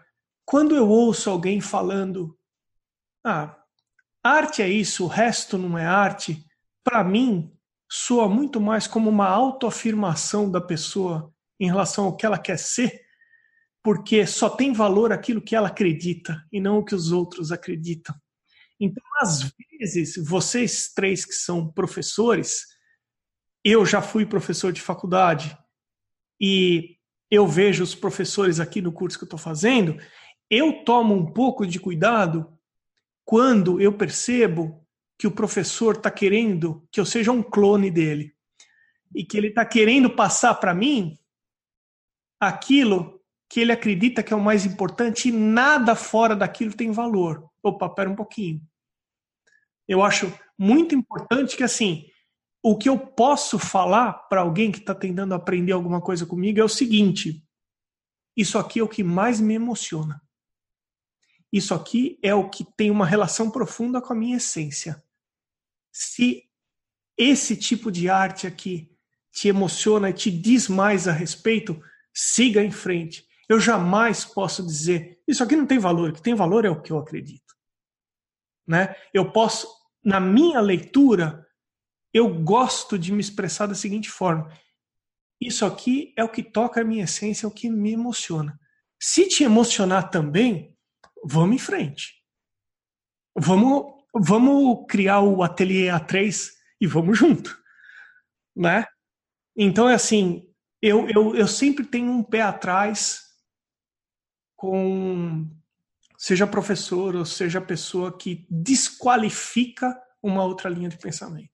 quando eu ouço alguém falando, ah, arte é isso, o resto não é arte, para mim, soa muito mais como uma autoafirmação da pessoa em relação ao que ela quer ser, porque só tem valor aquilo que ela acredita e não o que os outros acreditam. Então, às vezes, vocês três que são professores, eu já fui professor de faculdade e eu vejo os professores aqui no curso que eu estou fazendo, eu tomo um pouco de cuidado quando eu percebo que o professor está querendo que eu seja um clone dele e que ele está querendo passar para mim aquilo que ele acredita que é o mais importante e nada fora daquilo tem valor. Opa, pera um pouquinho. Eu acho muito importante que, assim, o que eu posso falar para alguém que está tentando aprender alguma coisa comigo é o seguinte: isso aqui é o que mais me emociona. Isso aqui é o que tem uma relação profunda com a minha essência. Se esse tipo de arte aqui te emociona e te diz mais a respeito, siga em frente. Eu jamais posso dizer, isso aqui não tem valor, o que tem valor é o que eu acredito. Né? Eu posso, na minha leitura, eu gosto de me expressar da seguinte forma: isso aqui é o que toca a minha essência, é o que me emociona. Se te emocionar também, vamos em frente. Vamos, vamos criar o Ateliê A três e vamos junto. Né? Então, é assim, eu, eu, eu sempre tenho um pé atrás com, seja professor ou seja pessoa que desqualifica uma outra linha de pensamento.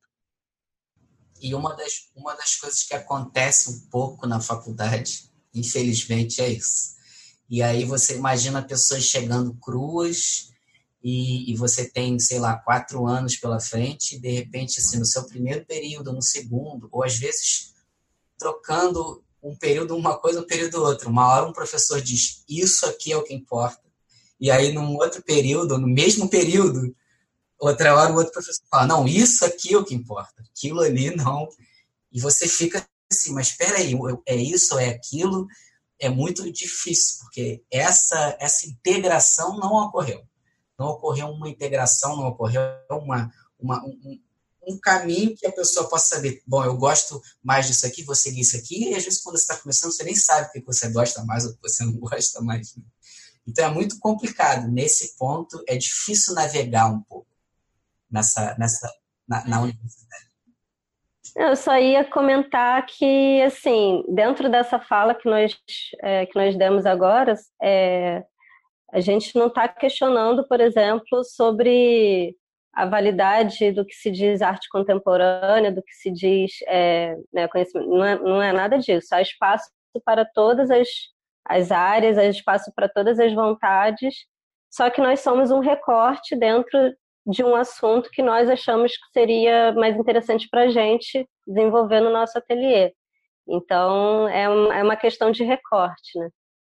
E uma das, uma das coisas que acontece um pouco na faculdade, infelizmente, é isso. E aí você imagina pessoas chegando cruas e, e você tem, sei lá, quatro anos pela frente e, de repente, assim, no seu primeiro período, no segundo, ou às vezes trocando um período uma coisa, um período outra. Uma hora um professor diz, isso aqui é o que importa. E aí, num outro período, no mesmo período, outra hora o outro professor fala, não, isso aqui é o que importa. Aquilo ali, não. E você fica assim, mas espera aí, é isso, é aquilo? É muito difícil, porque essa, essa integração não ocorreu. Não ocorreu uma integração, não ocorreu uma, uma, um, um caminho que a pessoa possa saber, bom, eu gosto mais disso aqui, vou seguir isso aqui, e às vezes quando você está começando, você nem sabe o que você gosta mais ou o que você não gosta mais. Né? Então é muito complicado. Nesse ponto, é difícil navegar um pouco nessa, nessa, na, na universidade. Eu só ia comentar que, assim, dentro dessa fala que nós, é, que nós demos agora, é, a gente não está questionando, por exemplo, sobre a validade do que se diz arte contemporânea, do que se diz é, né, conhecimento. Não é, não é nada disso. Há espaço para todas as, as áreas, há espaço para todas as vontades, só que nós somos um recorte dentro de um assunto que nós achamos que seria mais interessante para a gente desenvolver no nosso ateliê. Então, é uma questão de recorte, né?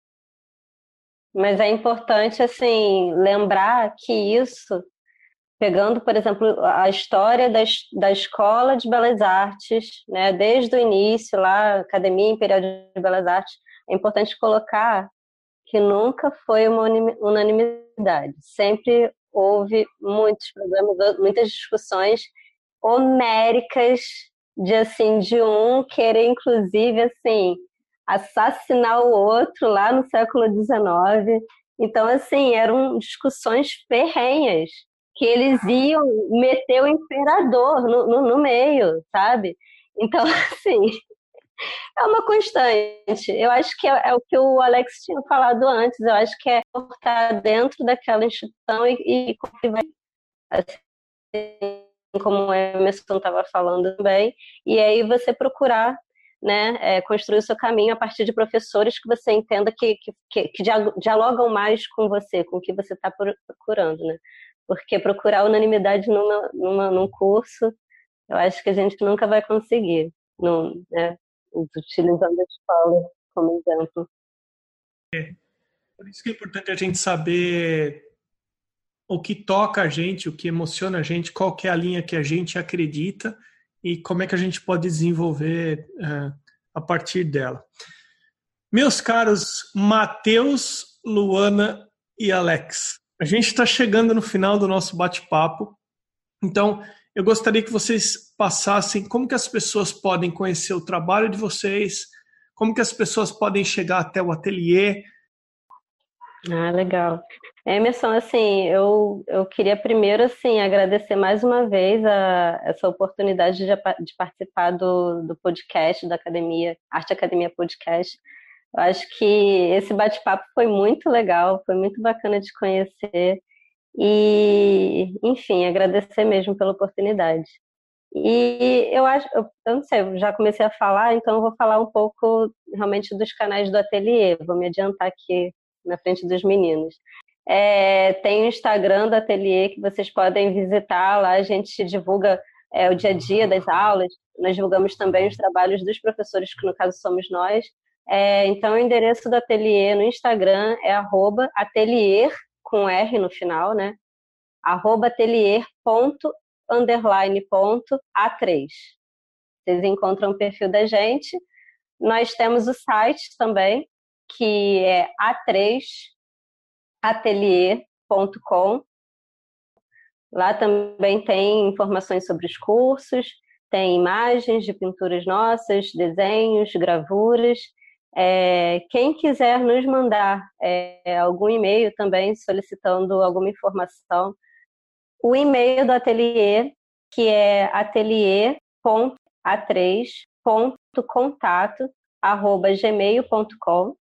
Mas é importante, assim, lembrar que isso, pegando, por exemplo, a história da, da Escola de Belas Artes, né, desde o início, lá, Academia Imperial de Belas Artes, é importante colocar que nunca foi uma unanimidade. Sempre houve muitos problemas, muitas discussões homéricas de, assim, de um querer, inclusive, assim, assassinar o outro lá no século dezenove. Então, assim, eram discussões ferrenhas, que eles iam meter o imperador no, no, no meio, sabe? Então, assim, é uma constante. Eu acho que é, é o que o Alex tinha falado antes. Eu acho que é estar dentro daquela instituição e, e assim, como o Emerson estava falando também, e aí você procurar, né, é, construir o seu caminho a partir de professores que você entenda que, que, que dialogam mais com você, com o que você está procurando, né? Porque procurar unanimidade numa, numa, num curso, eu acho que a gente nunca vai conseguir, não, né? Utilizando a escola como exemplo. É, por isso que é importante a gente saber o que toca a gente, o que emociona a gente, qual que é a linha que a gente acredita e como é que a gente pode desenvolver uh, a partir dela. Meus caros Matheus, Luana e Alex. A gente está chegando no final do nosso bate-papo, então eu gostaria que vocês passassem como que as pessoas podem conhecer o trabalho de vocês, como que as pessoas podem chegar até o ateliê. Ah, legal. Emerson, assim, eu, eu queria primeiro, assim, agradecer mais uma vez a, essa oportunidade de, de participar do, do podcast da Academia, Arte Academia Podcast. Eu acho que esse bate-papo foi muito legal, foi muito bacana de conhecer e, enfim, agradecer mesmo pela oportunidade. E eu acho, eu, eu não sei, eu já comecei a falar, então eu vou falar um pouco realmente dos canais do ateliê, vou me adiantar aqui na frente dos meninos. É, tem o Instagram do ateliê que vocês podem visitar, lá a gente divulga é, o dia a dia das aulas, nós divulgamos também os trabalhos dos professores, que no caso somos nós. É, então o endereço do ateliê no Instagram é arroba atelier, com R no final, né? Arroba atelier ponto underline ponto A três. Vocês encontram o perfil da gente. Nós temos o site também, que é a três atelier ponto com. Lá também tem informações sobre os cursos, tem imagens de pinturas nossas, desenhos, gravuras. É, quem quiser nos mandar é, algum e-mail também solicitando alguma informação, o e-mail do ateliê, que é atelier ponto a três ponto contato arroba gmail ponto com.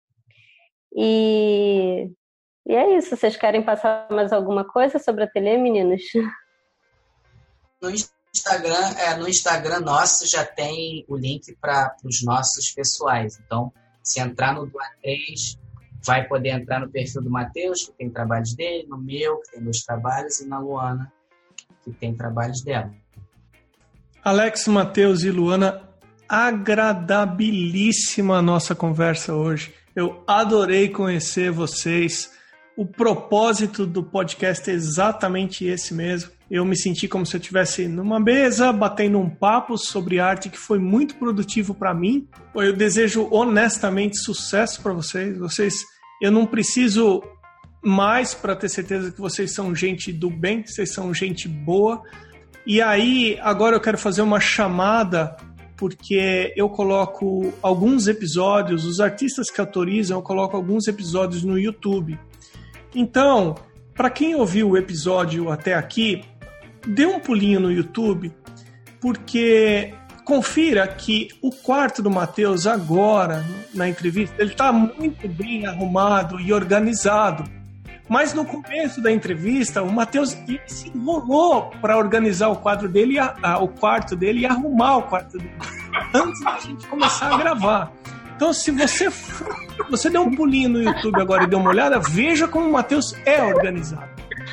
E, e é isso. Vocês querem passar mais alguma coisa sobre o ateliê, meninos? No Instagram, é, no Instagram nosso já tem o link para os nossos pessoais. Então, se entrar no do A três, vai poder entrar no perfil do Matheus, que tem trabalhos dele, no meu, que tem meus trabalhos, e na Luana, que tem trabalhos dela. Alex, Matheus e Luana, agradabilíssima a nossa conversa hoje. Eu adorei conhecer vocês. O propósito do podcast é exatamente esse mesmo. Eu me senti como se eu estivesse numa mesa, batendo um papo sobre arte que foi muito produtivo para mim. Eu desejo honestamente sucesso para vocês. Vocês, eu não preciso mais para ter certeza que vocês são gente do bem, vocês são gente boa. E aí, agora eu quero fazer uma chamada, porque eu coloco alguns episódios, os artistas que autorizam, eu coloco alguns episódios no YouTube. Então, para quem ouviu o episódio até aqui, dê um pulinho no YouTube, porque confira que o quarto do Matheus agora, na entrevista, ele está muito bem arrumado e organizado. Mas no começo da entrevista, o Matheus se enrolou para organizar o quadro dele, e a, a, o quarto dele e arrumar o quarto dele antes da gente começar a gravar. Então, se você você deu um pulinho no YouTube agora e deu uma olhada, veja como o Matheus é organizado.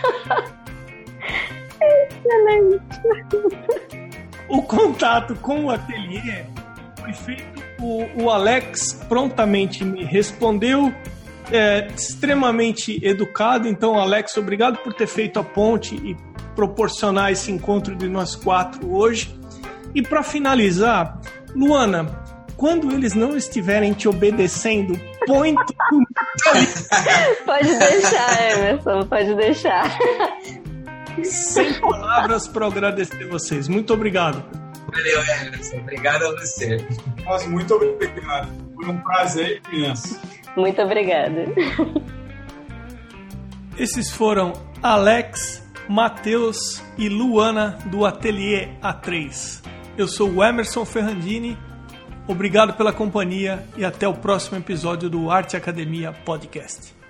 Excelente. O contato com o ateliê foi feito, o, o Alex prontamente me respondeu, é, extremamente educado. Então, Alex, obrigado por ter feito a ponte e proporcionar esse encontro de nós quatro hoje. E para finalizar, Luana, quando eles não estiverem te obedecendo, põe tudo. Pode deixar, Emerson, pode deixar. Sem palavras para agradecer vocês. Muito obrigado. Valeu, Emerson. Obrigado a você. Nossa, muito obrigado. Foi um prazer imenso. Muito obrigada. Esses foram Alex, Matheus e Luana do Ateliê A três. Eu sou o Emerson Ferrandini. Obrigado pela companhia e até o próximo episódio do Arte Academia Podcast.